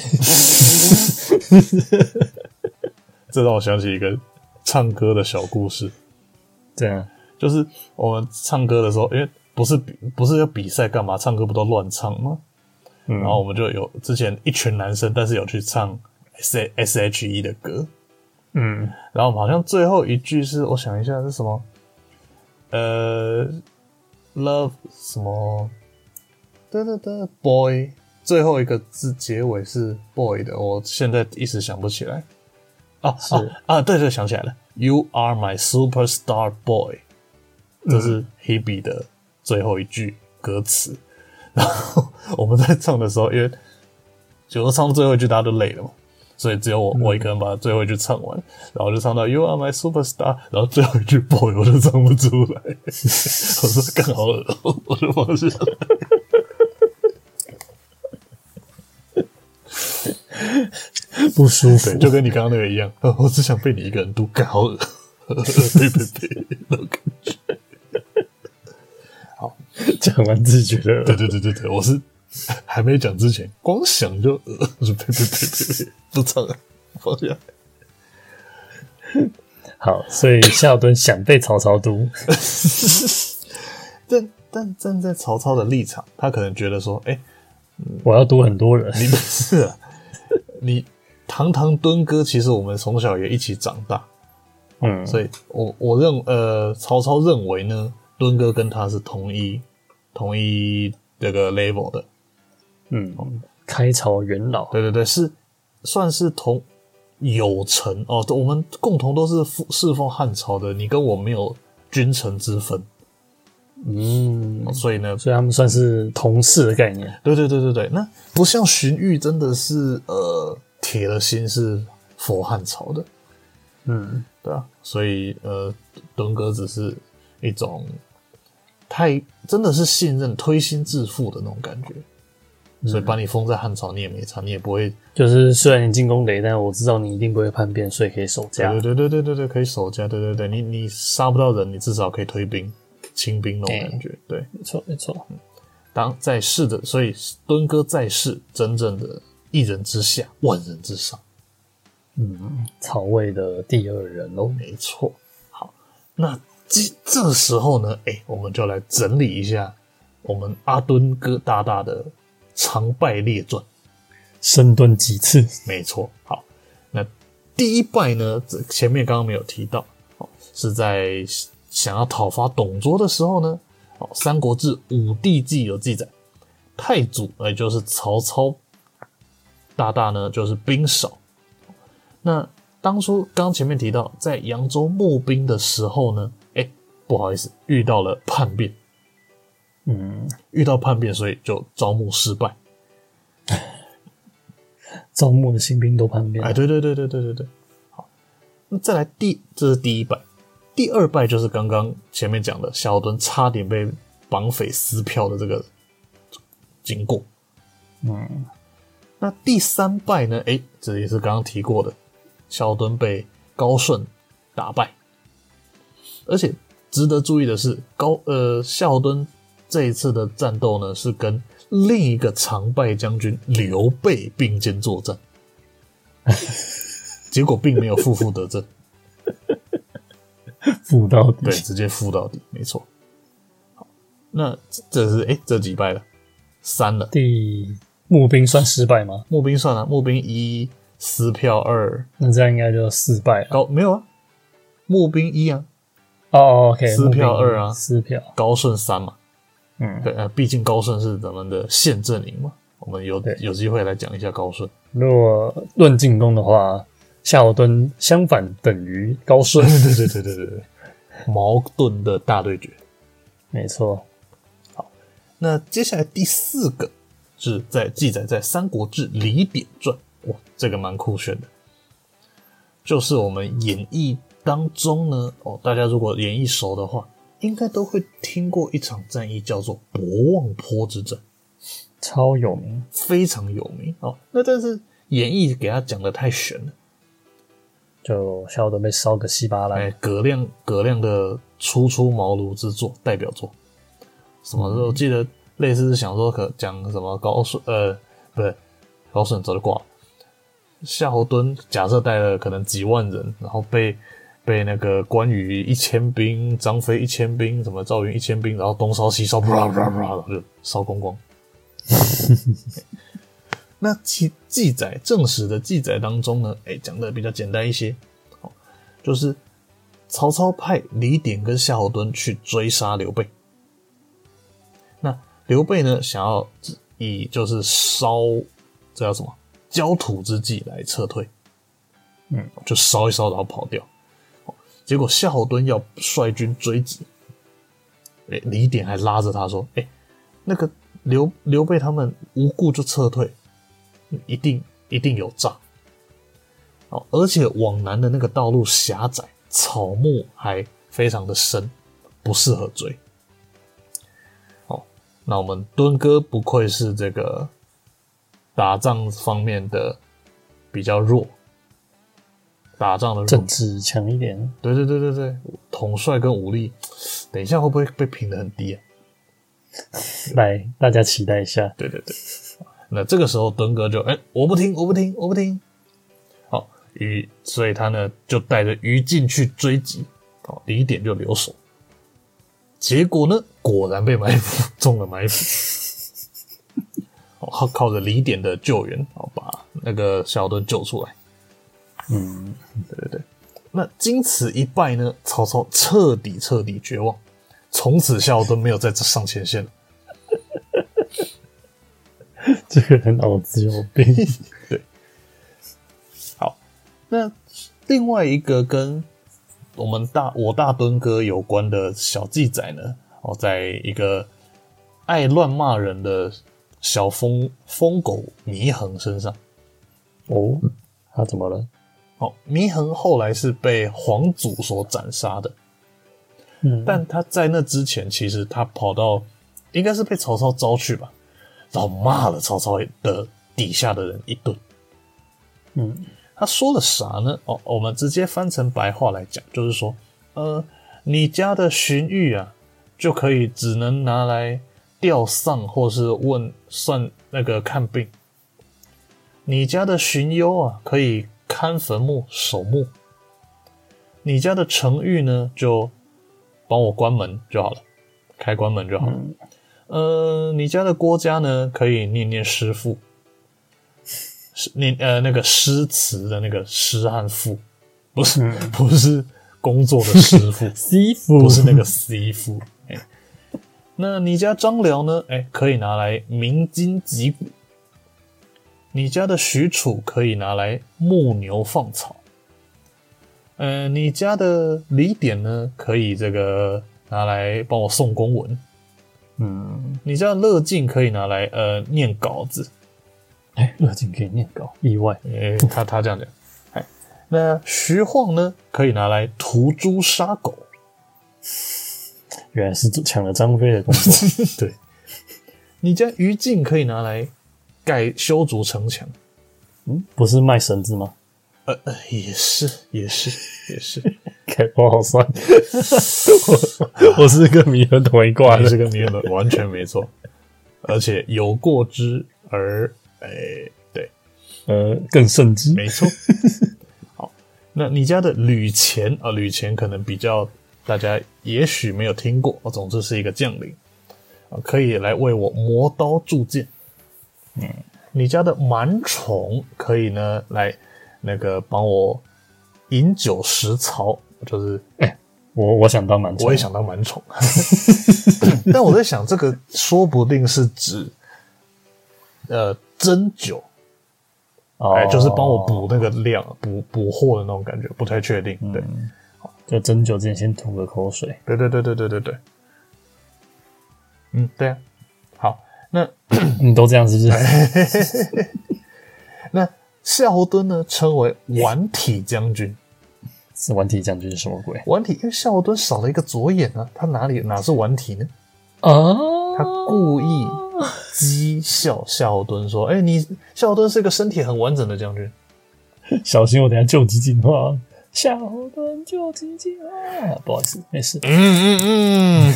这让我想起一个唱歌的小故事。 这样就是我们唱歌的时候，因为不是比不是要比赛干嘛，唱歌不都乱唱吗？嗯，然后我们就有之前一群男生，但是有去唱 S S H E 的歌。 嗯， 然后我们好像最后一句是我想一下是什么，呃 ，love 什么，哒哒哒 boy， 最后一个字结尾是 boy 的，我现在一时想不起来。啊啊啊！对对，想起来了 ，You are my superstar boy， 这是 Hebe 的最后一句歌词。然后我们在唱的时候，因为有时候唱到最后一句大家都累了嘛。所以只有我、嗯、我一个人把最后一句唱完，然后就唱到 You are my superstar， 然后最后一句 boy 我就唱不出来，我说刚好恶，我就放下了。 不舒服， 对，就跟你刚刚那个一样，我只想被你一个人读，干好恶，呸呸呸，那种感觉。好， 讲完自己觉得， 对对对对对，我是。还没讲之前，光想就呃，我说呸呸呸呸呸，不唱了，放下。 好，所以夏侯惇想被曹操督， 但但站在曹操的立场，他可能觉得说，哎、欸嗯，我要督很多人， 你不是啊，你堂堂敦哥，其实我们从小也一起长大，嗯，所以我我认呃，曹操认为呢，敦哥跟他是同一同一这个 level 的。 嗯，开朝元老， 对对对，是算是同有臣哦，我们共同都是侍奉汉朝的，你跟我没有君臣之分， 嗯、 哦，所以呢， 所以他们算是同事的概念。 对对对对对，那不像荀彧真的是呃铁了心是佛汉朝的， 嗯， 对啊，所以呃敦哥只是一种太真的是信任推心置腹的那种感觉。所以把你封在汉朝，你也没差，你也不会。 就是虽然你进攻雷，但我知道你一定不会叛变，所以可以守家。 对对对对对对，可以守家。对对对，你你杀不到人，你至少可以推兵、清兵那种感觉。欸、对， 没错没错。 嗯，当在世的，所以敦哥在世，真正的一人之下，万人之上。 嗯，曹魏的第二人喽。 没错。好，那这这时候呢，哎、欸，我们就来整理一下我们阿敦哥大大的常败列传， 深蹲几次？ 没错。好，那第一败呢，前面刚刚没有提到，是在想要讨伐董卓的时候呢，《三国志·武帝纪》有记载，太祖也就是曹操大大呢，就是兵少。那当初刚前面提到，在扬州募兵的时候呢，哎、欸，不好意思，遇到了叛变。嗯，遇到叛变，所以就招募失败。 招募的新兵都叛变。 哎，对对对对对对对。好，那再来第，这是第一败。第二败就是刚刚前面讲的夏侯惇差点被绑匪撕票的这个经过。嗯，那第三败呢？哎，这也是刚刚提过的，夏侯惇被高顺打败。而且值得注意的是，高呃夏侯惇这一次的战斗呢，是跟另一个常败将军刘备并肩作战，结果并没有负负得正。 付到底， 对，直接付到底，没错。好，那这是哎、欸、这几败了，三了。 第募兵算失败吗？ 募兵算了，募兵一，撕票二， 那这样应该就四败了。 高没有啊？募兵一啊， 哦 ，OK， 撕票二啊， 撕票， 高顺三嘛。 嗯， 对，呃，毕竟高顺是咱们的县阵营嘛，我们有有机会来讲一下高顺。 如果论进攻的话，夏侯惇相反等于高顺。 对对对对对对，矛盾的大对决， 没错。 好，那接下来第四个是在记载在《三国志·李典传》，哇，这个蛮酷炫的，就是我们演义当中呢，哦，大家如果演义熟的话，应该都会听过一场战役叫做博望坡之战， 超有名， 非常有名哦。那但是演义给他讲的太玄了。 就夏侯惇被烧个稀巴烂。 哎，葛亮葛亮的初出茅庐之作，代表作，什么时候、嗯、记得类似是想说可讲什么高顺呃不对，高顺早就挂了。夏侯惇假设带了可能几万人，然后被被那个关羽一千兵，张飞一千兵，什么赵云一千兵，然后东烧西烧，啪啪啪就烧光光。那记记载正史的记载当中呢，哎，讲的比较简单一些，哦，就是曹操派李典跟夏侯惇去追杀刘备。那刘备呢，想要以就是烧这叫什么焦土之计来撤退，嗯，就烧一烧然后跑掉。结果夏侯惇要率军追击，哎，李典还拉着他说：“哎，那个刘刘备他们无故就撤退。”一定一定有诈，哦，而且往南的那个道路狭窄，草木还非常的深，不适合追。哦，那我们敦哥不愧是这个打仗方面的比较弱，打仗的弱， 政治强一点。 对对对对对，统帅跟武力，等一下会不会被评得很低啊？ 来，大家期待一下。 对对对。那这个时候敦哥就哎、欸，我不听，我不听，我不听。好，于所以他呢就带着于禁去追击，好，李典就留守。结果呢，果然被埋伏，中了埋伏。好，靠着李典的救援，好把那个夏侯惇救出来。嗯，对对对。那经此一败呢，曹操彻底彻底绝望，从此夏侯惇没有再上前线了。 这个人脑子有病。 对，好，那另外一个跟我们大我大敦哥有关的小记载呢，哦，在一个爱乱骂人的小疯疯狗祢衡身上。 哦，他怎么了？ 哦，祢衡后来是被黄祖所斩杀的，嗯，但他在那之前，其实他跑到应该是被曹操招去吧。然后骂了曹操的底下的人一顿。嗯，他说了啥呢？哦，我们直接翻成白话来讲，就是说，呃，你家的荀彧啊，就可以只能拿来吊丧，或是问算那个看病。你家的荀攸啊，可以看坟墓、守墓。你家的程昱呢，就帮我关门就好了，开关门就好了。嗯呃，你家的郭嘉呢，可以念念诗赋，念呃那个诗词的那个诗和赋，不是、嗯、不是工作的诗赋， 西赋不是那个西赋。哎，那你家张辽呢？哎，可以拿来鸣金击鼓。你家的许褚可以拿来牧牛放草。呃，你家的李典呢，可以这个拿来帮我送公文。嗯，你知道乐进可以拿来呃念稿子， 哎，乐进可以念稿，意外， 哎，他他这样讲，哎，那徐晃呢可以拿来屠猪杀狗， 原来是抢了张飞的工作。 对，你家于禁可以拿来盖修筑城墙， 嗯，不是卖绳子吗？ 呃呃，也是也是也是， 开我好酸。我, 我是跟祢衡同一挂的， 你是跟祢衡的，完全没错，而且有过之而，诶、欸，对， 呃，更甚之， 没错。好， 那你家的吕虔啊，吕虔可能比较大家也许没有听过，总之是一个将领啊，可以来为我磨刀铸剑。嗯，你家的满宠可以呢来那个帮我饮酒食槽，就是哎、欸，我我想当满宠， 我也想当满宠，但我在想这个说不定是指呃针灸。哎，就是帮我补那个量，补补货的那种感觉，不太确定。对， 嗯、就针灸之前先吐个口水。 对对对对对对对。嗯，对啊。好，那你都这样是不是？ 那夏侯惇呢，称为顽体将军。 是顽体将军是什么鬼？ 顽体，因为夏侯惇少了一个左眼啊，他哪里哪是顽体呢？ 啊， 他故意讥笑夏侯惇说：“哎、欸，你夏侯惇是一个身体很完整的将军， 小心我等一下就急进化。”夏侯惇就急进化，不好意思，没事。 嗯嗯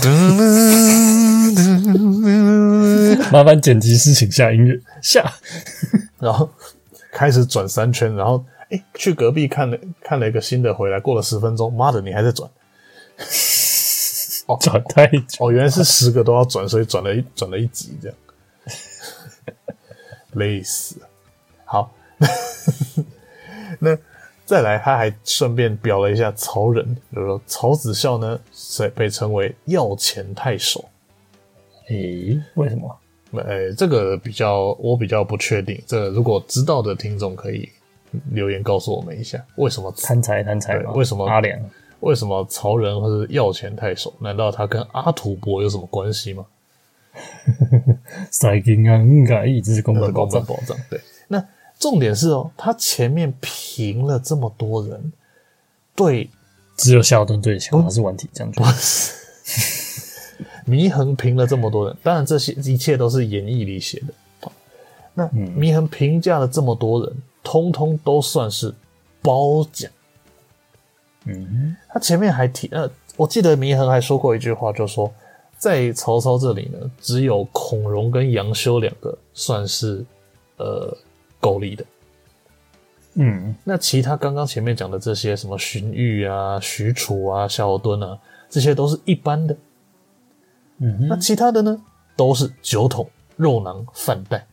嗯， 麻烦剪辑师请下音乐下， 然后开始转三圈，然后哎、欸，去隔壁看了看了一个新的回来，过了十分钟，妈的，你还在转。 哦，转太久哦，原来是十个都要转，所以转了一转了一集这样，累死了。好，那再来，他还顺便表了一下曹仁，就是说曹子孝呢，是被称为要钱太守。 诶，为什么？ 呃，这个比较我比较不确定，这个如果知道的听众可以留言告诉我们一下，为什么贪财贪财吗？ 为什么阿良？ 为什么曹仁或是要钱太守？难道他跟阿土伯有什么关系吗？ 塞金啊，应该一直是公本公本保障。对，那重点是哦，他前面平了这么多人，对， 只有夏侯惇最强，他是顽体将军。 祢衡平了这么多人，当然这些一切都是演义里写的。那祢衡评价了这么多人，通通都算是褒奖。 嗯， 他前面还提，呃，我记得祢衡还说过一句话，就说在曹操这里呢，只有孔融跟杨修两个算是呃够力的。 嗯， 那其他刚刚前面讲的这些什么荀彧啊、许褚啊、夏侯惇啊，这些都是一般的。 嗯哼， 那其他的呢，都是酒桶、肉囊、饭袋。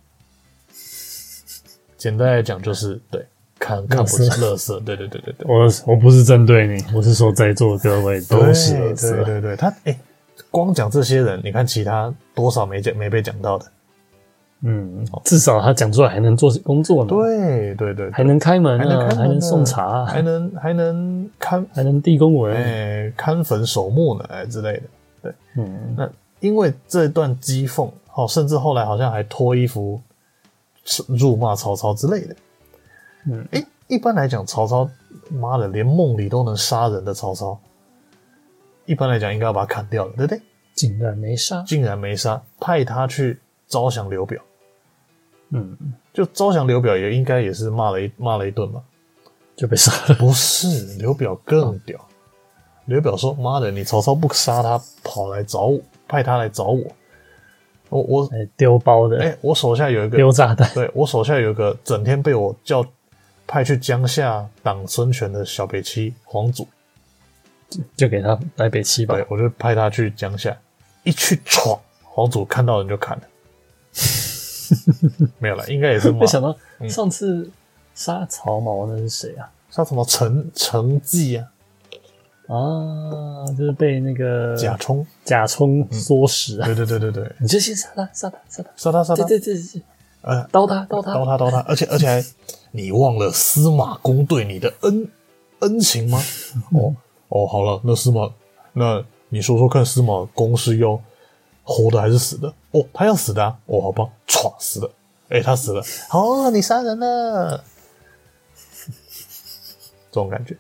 简单来讲就是对。看看不是垃圾，对对对对对， 我我不是针对你，我是说在座各位都是垃圾。 对对对，他哎、欸，光讲这些人，你看其他多少没讲没被讲到的， 嗯，至少他讲出来还能做工作呢， 对对 对, 对， 还能开门啊，还能, 还能送茶、啊， 还能还能看， 还能递公文， 哎、欸，看坟守墓呢，哎、欸、之类的，对， 嗯， 那因为这段讥讽，哦，甚至后来好像还脱衣服辱骂曹操之类的。嗯，诶，一般来讲，曹操，妈的，连梦里都能杀人的曹操，一般来讲应该要把他砍掉了，对不对？ 竟然没杀， 竟然没杀，派他去招降刘表。 嗯， 就招降刘表也应该也是骂了一骂了一顿吧， 就被杀了。 不是，刘表更屌。刘表说：“妈的，你曹操不杀他，跑来找我，派他来找我。我我丢包的， 哎、欸，我手下有一个丢炸弹， 对我手下有一个整天被我叫。”派去江夏挡孙权的小北七黄祖， 就给他来北七吧。 对，我就派他去江夏，一去闯，黄祖看到人就砍了。没有了，应该也是。 没想到上次杀曹髦那是谁啊？ 杀曹髦陈陈纪啊， 啊，就是被那个贾充贾充唆使啊。 对对对对对， 你就先杀他，杀他，杀他， 杀他，杀他， 对对对对。 呃， 刀他，刀他， 刀他，刀他，而且而且还，你忘了司马公对你的恩恩情吗？哦哦，好了，那司马，那你说说看，司马公是要活的还是死的？哦，他要死的啊！哦，好吧，唰死了，哎、欸，他死了，哦，你杀人了，这种感觉。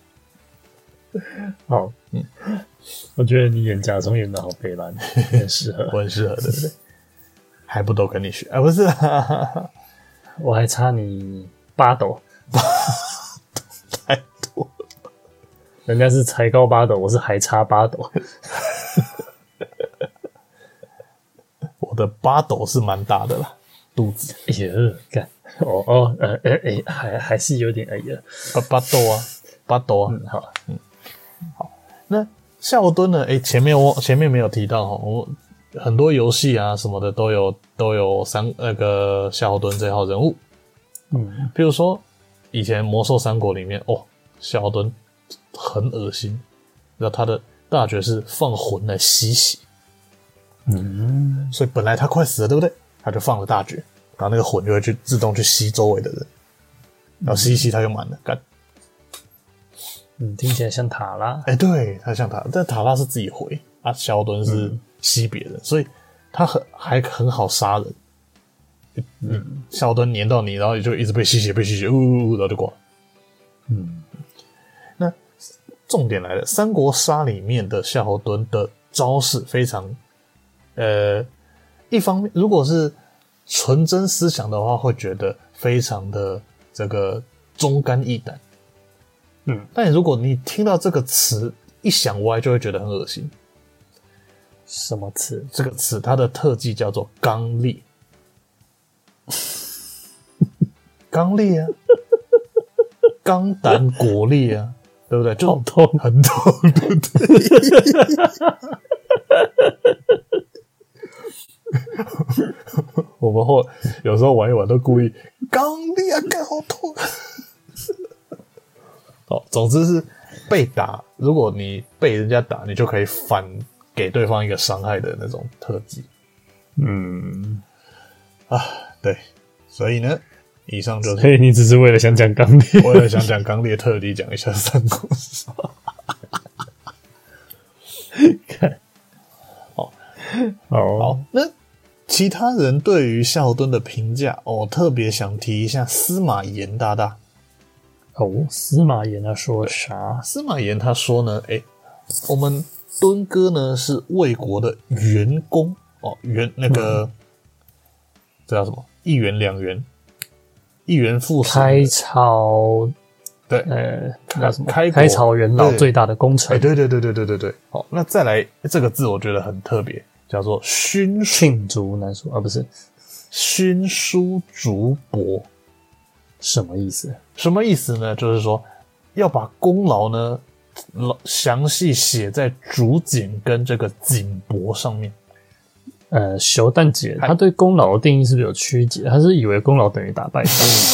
好，嗯，我觉得你演贾充演的好悲蓝，很适合， 我很适合，对不对？还不都跟你学啊？不是、啊， 我还差你八斗， 太多了。 人家是才高八斗，我是还差八斗。 我的八斗是蛮大的啦，肚子。 哎呀，干哦哦，呃呃哎，还还是有点哎呀， 八八斗啊， 巴斗啊。 嗯，好， 嗯，好。那夏侯惇呢？诶、欸，前面我前面没有提到哦，我很多游戏啊什么的都有都有三那个夏侯惇这号人物。 嗯， 比如说以前魔兽三国里面，哦，夏侯惇很恶心，然后他的大绝是放魂来吸血。 嗯， 所以本来他快死了，对不对？他就放了大绝，然后那个魂就会去自动去吸周围的人，然后吸一吸他就满了，干。 嗯，听起来像塔拉。 哎、欸，对，他像塔，但塔拉是自己回啊，夏侯惇是吸别人，嗯、所以他很还很好杀人。嗯，夏侯惇黏到你，然后你就一直被吸血，被吸血，呜呜呜，然后就挂了。 嗯， 那重点来了，三国杀里面的夏侯惇的招式非常。呃，一方面，如果是纯真思想的话，会觉得非常的这个忠肝义胆。 嗯， 但如果你听到这个词一想歪，就会觉得很恶心。 什么词？ 这个词它的特技叫做刚烈，刚烈啊，刚胆果烈啊，对不对？就好痛， 很痛，对不对？我们或有时候玩一玩都故意刚烈啊，干好痛。哦，总之是被打，如果你被人家打，你就可以反给对方一个伤害的那种特技。 嗯， 啊，对，所以呢，以上就是。 所以你只是为了想讲刚烈， 我也想讲刚烈，特地讲一下三国杀。 看， 好， 好， 好，那其他人对于夏侯惇的评价，哦，特别想提一下司马炎大大。 哦，司马炎他说啥？ 司马炎他说呢，诶、欸，我们敦哥呢是魏国的元公哦，元那个、嗯、这叫什么？一元两元，一元复始。 开朝， 对， 呃，那什么？ 开开朝元老最大的功臣。 哎、欸，对对对对对对对。好，那再来这个字，我觉得很特别，叫做勋罄竹难书啊，不是勋书竹帛。 什么意思？ 什么意思呢？就是说要把功劳呢详细写在竹简跟这个锦帛上面。 呃，修蛋姐他对功劳的定义是不是有曲解？他是以为功劳等于打败仗。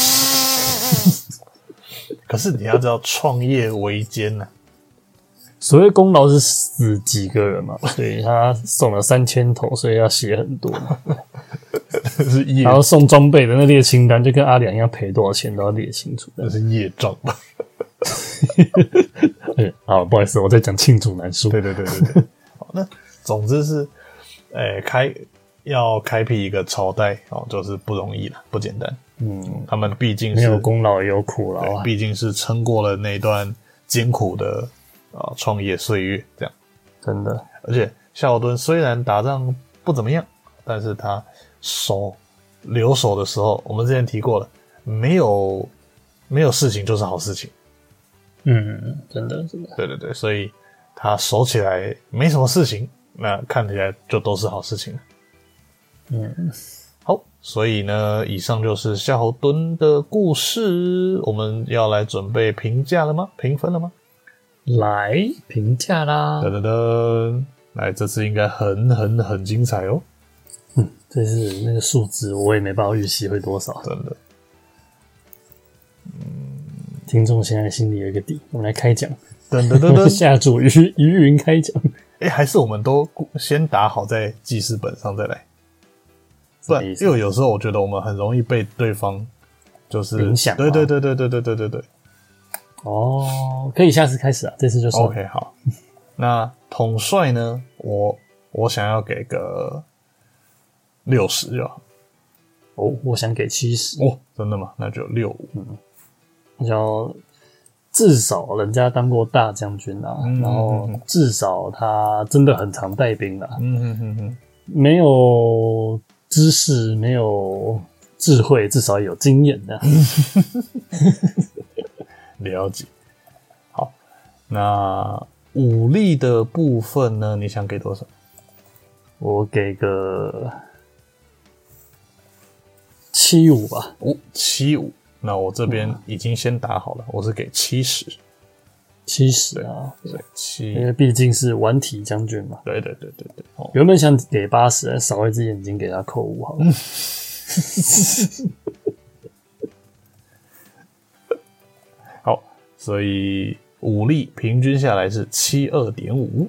可是你要知道，创业维艰呐、啊。 所谓功劳是死几个人嘛，所以他送了三千头，所以要写很多嘛。 是业， 然后送装备的那列清单，就跟阿良一样，赔多少钱都要列清楚。 那是业障吧？ 对，好，不好意思，我在讲罄竹难书。 对对对对对。好，那总之是，诶、欸，开要开辟一个朝代哦，就是不容易了，不简单。嗯，他们毕竟是没有功劳也有苦劳啊， 毕竟是撑过了那段艰苦的啊创业岁月，这样真的。 而且夏侯惇虽然打仗不怎么样，但是他手留守的时候，我们之前提过了，没有没有事情就是好事情。 嗯，真的真的。 对对对，所以他守起来没什么事情，那看起来就都是好事情了。 嗯， 好，所以呢，以上就是夏侯惇的故事。我们要来准备评价了吗？评分了吗？ 来评价啦！ 噔噔噔，来，这次应该很很很精彩哦。 嗯，这是那个数字，我也没办法预期会多少。 真的。 嗯，听众现在心里有一个底，我们来开奖。 噔噔噔噔， 下注于于云开奖。 哎、欸，还是我们都先打好在记事本上再来。不然，因为有时候我觉得我们很容易被对方就是影响。 对对对对对对对对对。 哦，可以下次开始啊，这次就算。 OK， 好。那统帅呢？我我想要给个六十就好。 哦，我想给七十。 哦，真的吗？那就六五。 嗯，我想要至少人家当过大将军啊，嗯、然后至少他真的很常带兵啦。 嗯哼哼哼， 没有知识，没有智慧，至少有经验的。 了解。好，那武力的部分呢？你想给多少？ 我给个七五吧。 哦，七五。那我这边已经先打好了，我是给七十。 七十啊， 对， 因为七， 毕竟是顽体将军嘛。 对对对对对，哦， 原本想给八十，少一只眼睛给他扣五好了。嗯好，所以武力平均下来是七二点五。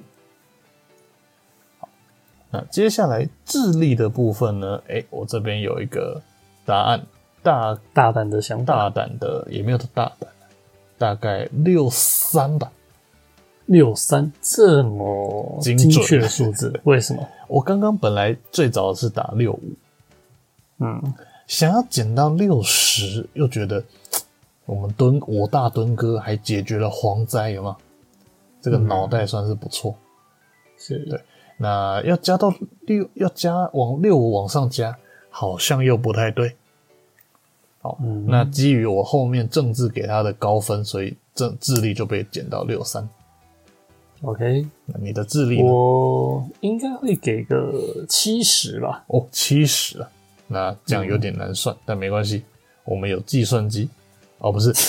那接下来智力的部分呢？哎，我这边有一个答案，大大胆的想法， 大胆的也没有大胆，大概六三吧。 六三这么精准精确的数字，为什么？ 我刚刚本来最早是打六五， 嗯， 想要减到六十，又觉得我们敦我大敦哥还解决了蝗灾，有没有？这个脑袋算是不错。 是， 对。那要加到六，要加往六五往上加，好像又不太对。好， 嗯、 那基于我后面政治给他的高分，所以政智力就被减到六三。 OK， 那你的智力呢？ 我应该会给个七十吧。 哦，七十啊，那这样有点难算，嗯、但没关系，我们有计算机。哦，不是。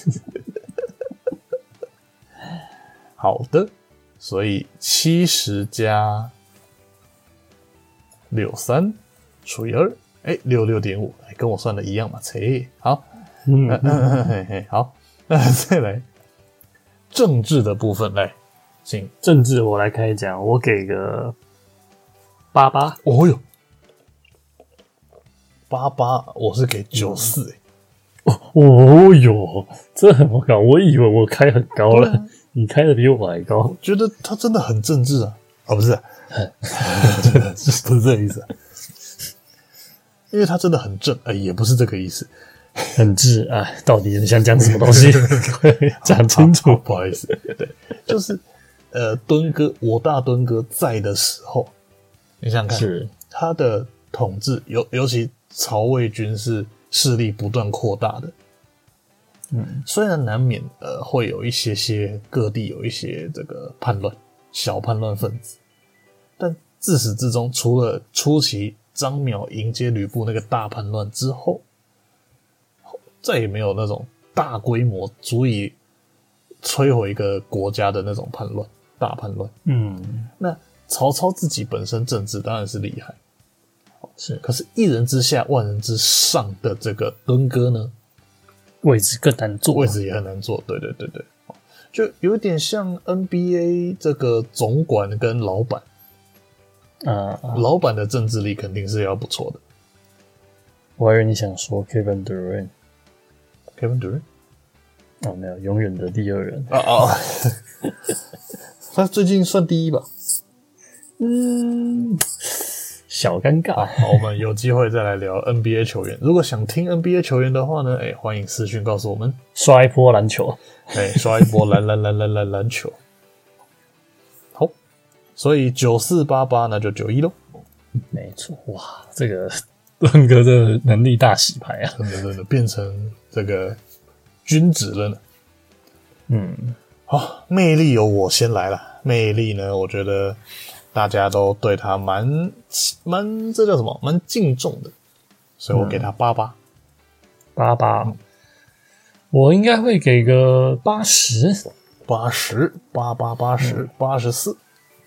好的。所以七十加六三除以二，哎，六六点五，跟我算的一样嘛，切，好，嗯嗯嗯嘿嘿，好，那再来政治的部分，来，请政治我来开讲，我给个八八， 哦哟，八八，我是给九四， 哎，哦哟，这很高，我以为我开很高了。你开的比我还高， 我觉得他真的很政治啊！啊、哦，不是、啊，不是这个意思、啊，因为他真的很正，哎、欸，也不是这个意思， 很智啊！到底你想讲什么东西？讲清楚， 不好意思，对，就是呃，敦哥，我大敦哥在的时候，你想想看， 是他的统治，尤尤其曹魏军是势力不断扩大的。嗯，虽然难免呃会有一些些各地有一些这个叛乱小叛乱分子，但自始至终，除了初期张邈迎接吕布那个大叛乱之后，再也没有那种大规模足以摧毁一个国家的那种叛乱大叛乱。 嗯， 那曹操自己本身政治当然是厉害， 是， 可是一人之下万人之上的这个敦哥呢？ 位置更难做， 位置也很难做，对对对对，就有点像 N B A 这个总管跟老板， 啊、呃， 老板的政治力肯定是要不错的。 我还以为你想说 Kevin Durant，Kevin Durant， 哦，没有，永远的第二人啊啊，他最近算第一吧？ 嗯。小尴尬， 好，我们有机会再来聊 N B A 球员。如果想听 N B A 球员的话呢，哎、欸，欢迎私讯告诉我们。 刷一波篮球， 哎、欸，刷一波篮篮篮篮篮篮球。好，所以九四八八那就九一咯。 没错，哇，这个敦哥的能力大洗牌啊， 真的真的变成这个君子了呢。 嗯， 好，魅力由我先来了。魅力呢，我觉得。大家都对他蛮蛮这叫什么？蛮敬重的，所以我给他八八八八。我应该会给个八十， 八十八八八十八十四。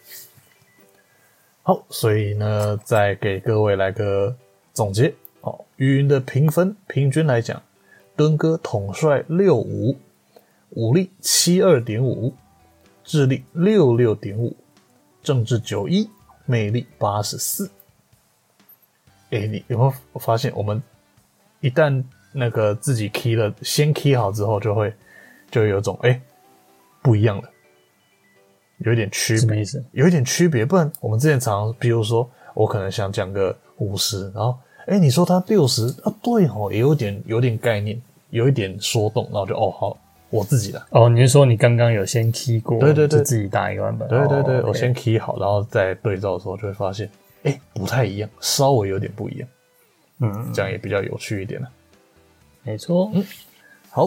好，所以呢，再给各位来个总结哦。语音的评分平均来讲，敦哥统帅六五，武力七二点五，智力六六点五。政治九一，魅力八十四。哎，你有没有发现，我们一旦那个自己 key 了，先 key 好之后，就会就有种哎、欸、不一样了，有一点区别。 什么意思？ 有一点区别，不然我们之前常常，比如说我可能想讲个五十，然后哎、欸、你说他六十啊，对哦，也有点有点概念，有一点说动，然后就哦好。我自己的哦，你是说你刚刚有先 key 过， 对对对， 就自己打一个版本， 对对对， 哦、 我先 key 好，然后再对照的时候就会发现，哎，不太一样，稍微有点不一样， 嗯， 这样也比较有趣一点了。 没错， 嗯，好，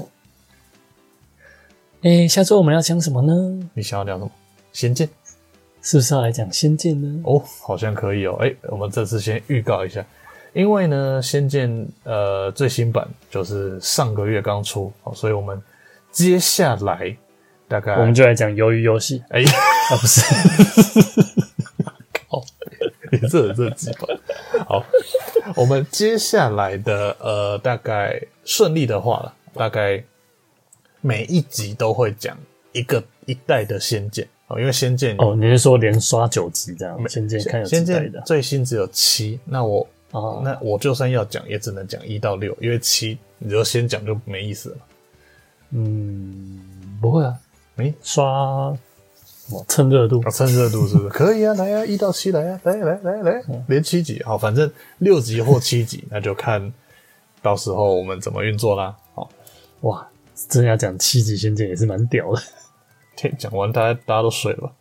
哎，下周我们要讲什么呢？ 你想要聊什么？仙剑， 是不是要来讲仙剑呢？ 哦，好像可以哦。哎，我们这次先预告一下，因为呢，仙剑呃最新版就是上个月刚出，所以我们接下来大概我们就来讲鱿鱼游戏。 哎、 啊，不是， 靠，你这这鸡巴。好，我们接下来的呃，大概顺利的话了，大概每一集都会讲一个一代的仙剑哦，因为仙剑哦，你是说连刷九集这样？仙剑看有几仙剑代的？ 最新只有七，那我哦， 那我就算要讲，也只能讲一到六，因为七你就先讲就没意思了。 嗯，不会啊， 没刷什么蹭热度啊，趁热度是不是？可以啊，来啊，一到七来啊，来来来来，连七集，好，反正六集或七集，那就看到时候我们怎么运作啦。好， 哇，真的要讲七集仙剑也是蛮屌的。 听讲完，大家大家都睡了吧？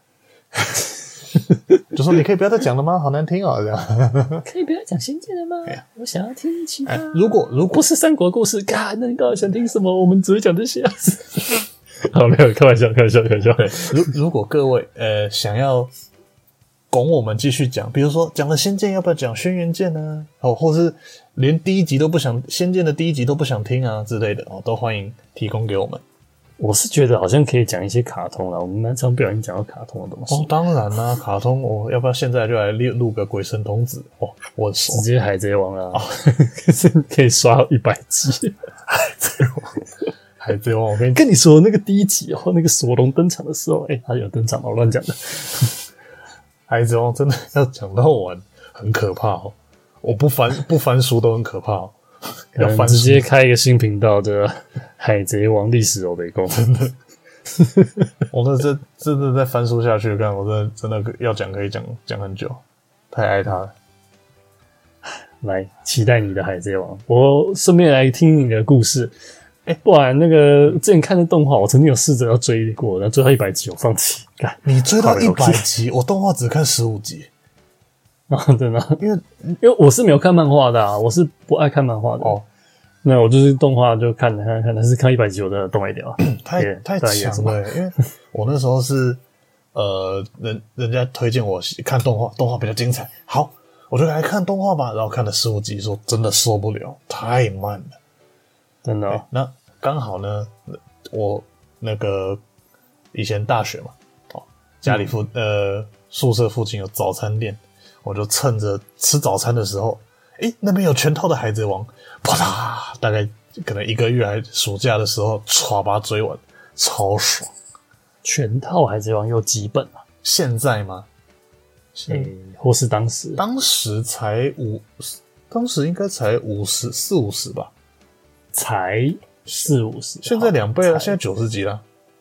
就说你可以不要再讲了吗？好难听哦，这样。 可以不要讲仙剑了吗？我想要听其他。 哎，如果如果不是三国故事，嘎，那你到底想听什么？我们只会讲这些。好，没有开玩笑，开玩笑，开玩笑。 对，如如果各位呃想要拱我们继续讲，比如说讲了仙剑，要不要讲轩辕剑呢？哦，或是连第一集都不想，仙剑的第一集都不想听啊之类的哦，都欢迎提供给我们。 我是觉得好像可以讲一些卡通啦，我们蛮常不小心讲到卡通的东西。 哦，当然啦、啊，卡通，我、哦、要不要现在就来录录个鬼神童子？哦，我很熟， 直接海贼王啦，哦、可以刷一百集。 海贼王，海贼王，我跟你跟你说，那个第一集哦，那个索隆登场的时候，哎、欸，他有登场吗？我乱讲的。 海贼王真的要讲到完，很可怕哦。我不翻不翻书都很可怕哦。要翻直接开一个新频道的海贼王历史欧北宫， 真的。我那这真的再翻书下去，看我真的真的要讲可以讲讲很久，太爱他了。 来期待你的海贼王，我顺便来听你的故事。哎、欸，不然那个之前看的动画，我曾经有试着要追过，然后追到一百集我放弃。 你追到一百集，我动画只看十五集。 啊，真的， 因为因为我是没有看漫画的啊，我是不爱看漫画的。哦，那我就是动画就看看看，但是看一百集我真的动没掉， 太太强了。因为我那时候是呃人人家推荐我看动画，动画比较精彩，好，我就来看动画吧。然后看了十五集，说真的受不了，太慢了， 真的、哦欸。那刚好呢，我那个以前大学嘛，哦，家里附、嗯、呃宿舍附近有早餐店。我就趁着吃早餐的时候，诶，那边有全套的海贼王，啪嗒，大概可能一个月还暑假的时候，唰把它追完，超爽。 全套海贼王有几本啊？ 现在吗？ 诶、欸，或是当时？ 当时才五，当时应该才五十四五十吧？ 才四五十？ 现在两倍了，现在九十集了。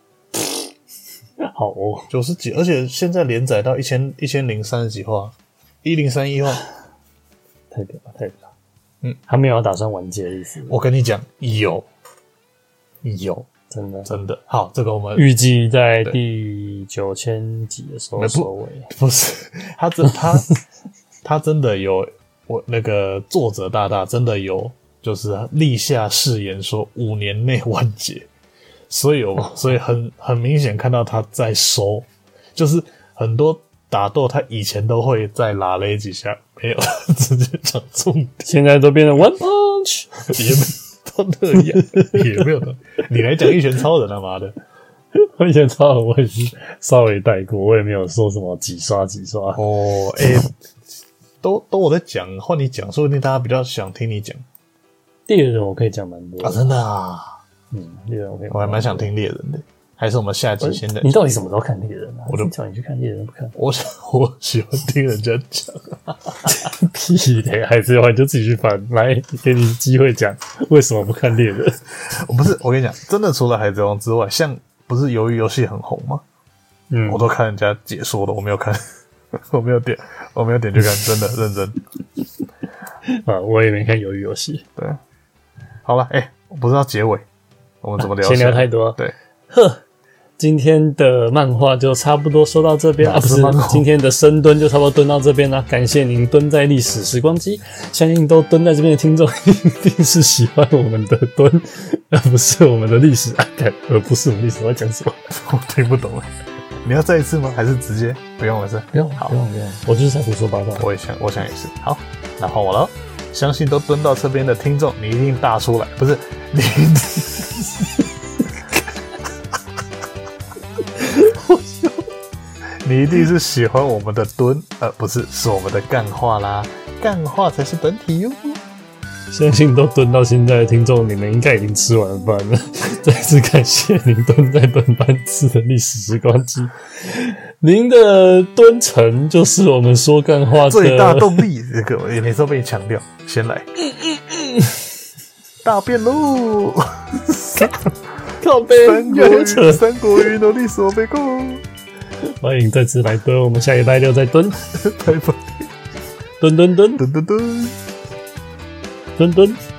好哦， 九十集，而且现在连载到一千一千零三十几话。一零三一话， 太屌了，太屌了！ 嗯， 他没有要打算完结的意思。 我跟你讲，有，有， 真的， 真的。好，这个我们预计在第九千集的时候收尾。 不是，他真他他真的有，我那个作者大大真的有，就是立下誓言说五年内完结，所以我、哦、所以很很明显看到他在收，就是很多。打斗他以前都会再拉勒几下，没有直接讲重点， 现在都变成 one punch， 也没到那样，也没有到。你来讲一拳超人他妈的， 一拳超人我也是稍微带过，我也没有说什么几刷几刷。 哦，诶、欸，都都我在讲，换你讲，说不定大家比较想听你讲。 猎人我可以讲蛮多的啊，真的啊， 嗯，猎人我可以， 我还蛮想听猎人的。还是我们下集先的？ 你到底什么时候看猎人啊？ 我就叫你去看猎人，不看。 我我喜欢听人家讲， 屁的，海贼王就自己去翻。来，给你机会讲为什么不看猎人？ 我不是，我跟你讲，真的除了海贼王之外，像不是鱿鱼游戏很红吗？嗯，我都看人家解说的，我没有看，我没有点，我没有点去看，真的认真。 啊，我也没看鱿鱼游戏。 对，好了，哎、欸，我不知道结尾，我们怎么聊？ 先聊太多。 对， 呵。今天的漫画就差不多说到这边啊，不是今天的深蹲就差不多蹲到这边啦。感谢您蹲在历史时光机，相信都蹲在这边的听众一定是喜欢我们的蹲，而不是我们的历史，而不是我们历史。我在讲什么？ 我听不懂了。你要再一次吗？还是直接不用了是？ 不用，好，不用不用，我就是在胡说八道。 我也想，我想也是。好，那换我了。相信都蹲到这边的听众，你一定大出来，不是你。 你一定是喜欢我们的蹲，呃，不是，是我们的干话啦，干话才是本体哟。 相信都蹲到现在的听众，你们应该已经吃完饭了。再次感谢您蹲在蹲班次的历史时光机，您的蹲程就是我们说干话的最大动力。这个也每次都被你强调，先来，大便喽！ 靠背， 三国语，三国语的历史我背过。 欢迎再次来蹲，我们下礼拜六再蹲， 拜拜， 蹲蹲蹲蹲蹲蹲。 蹲蹲。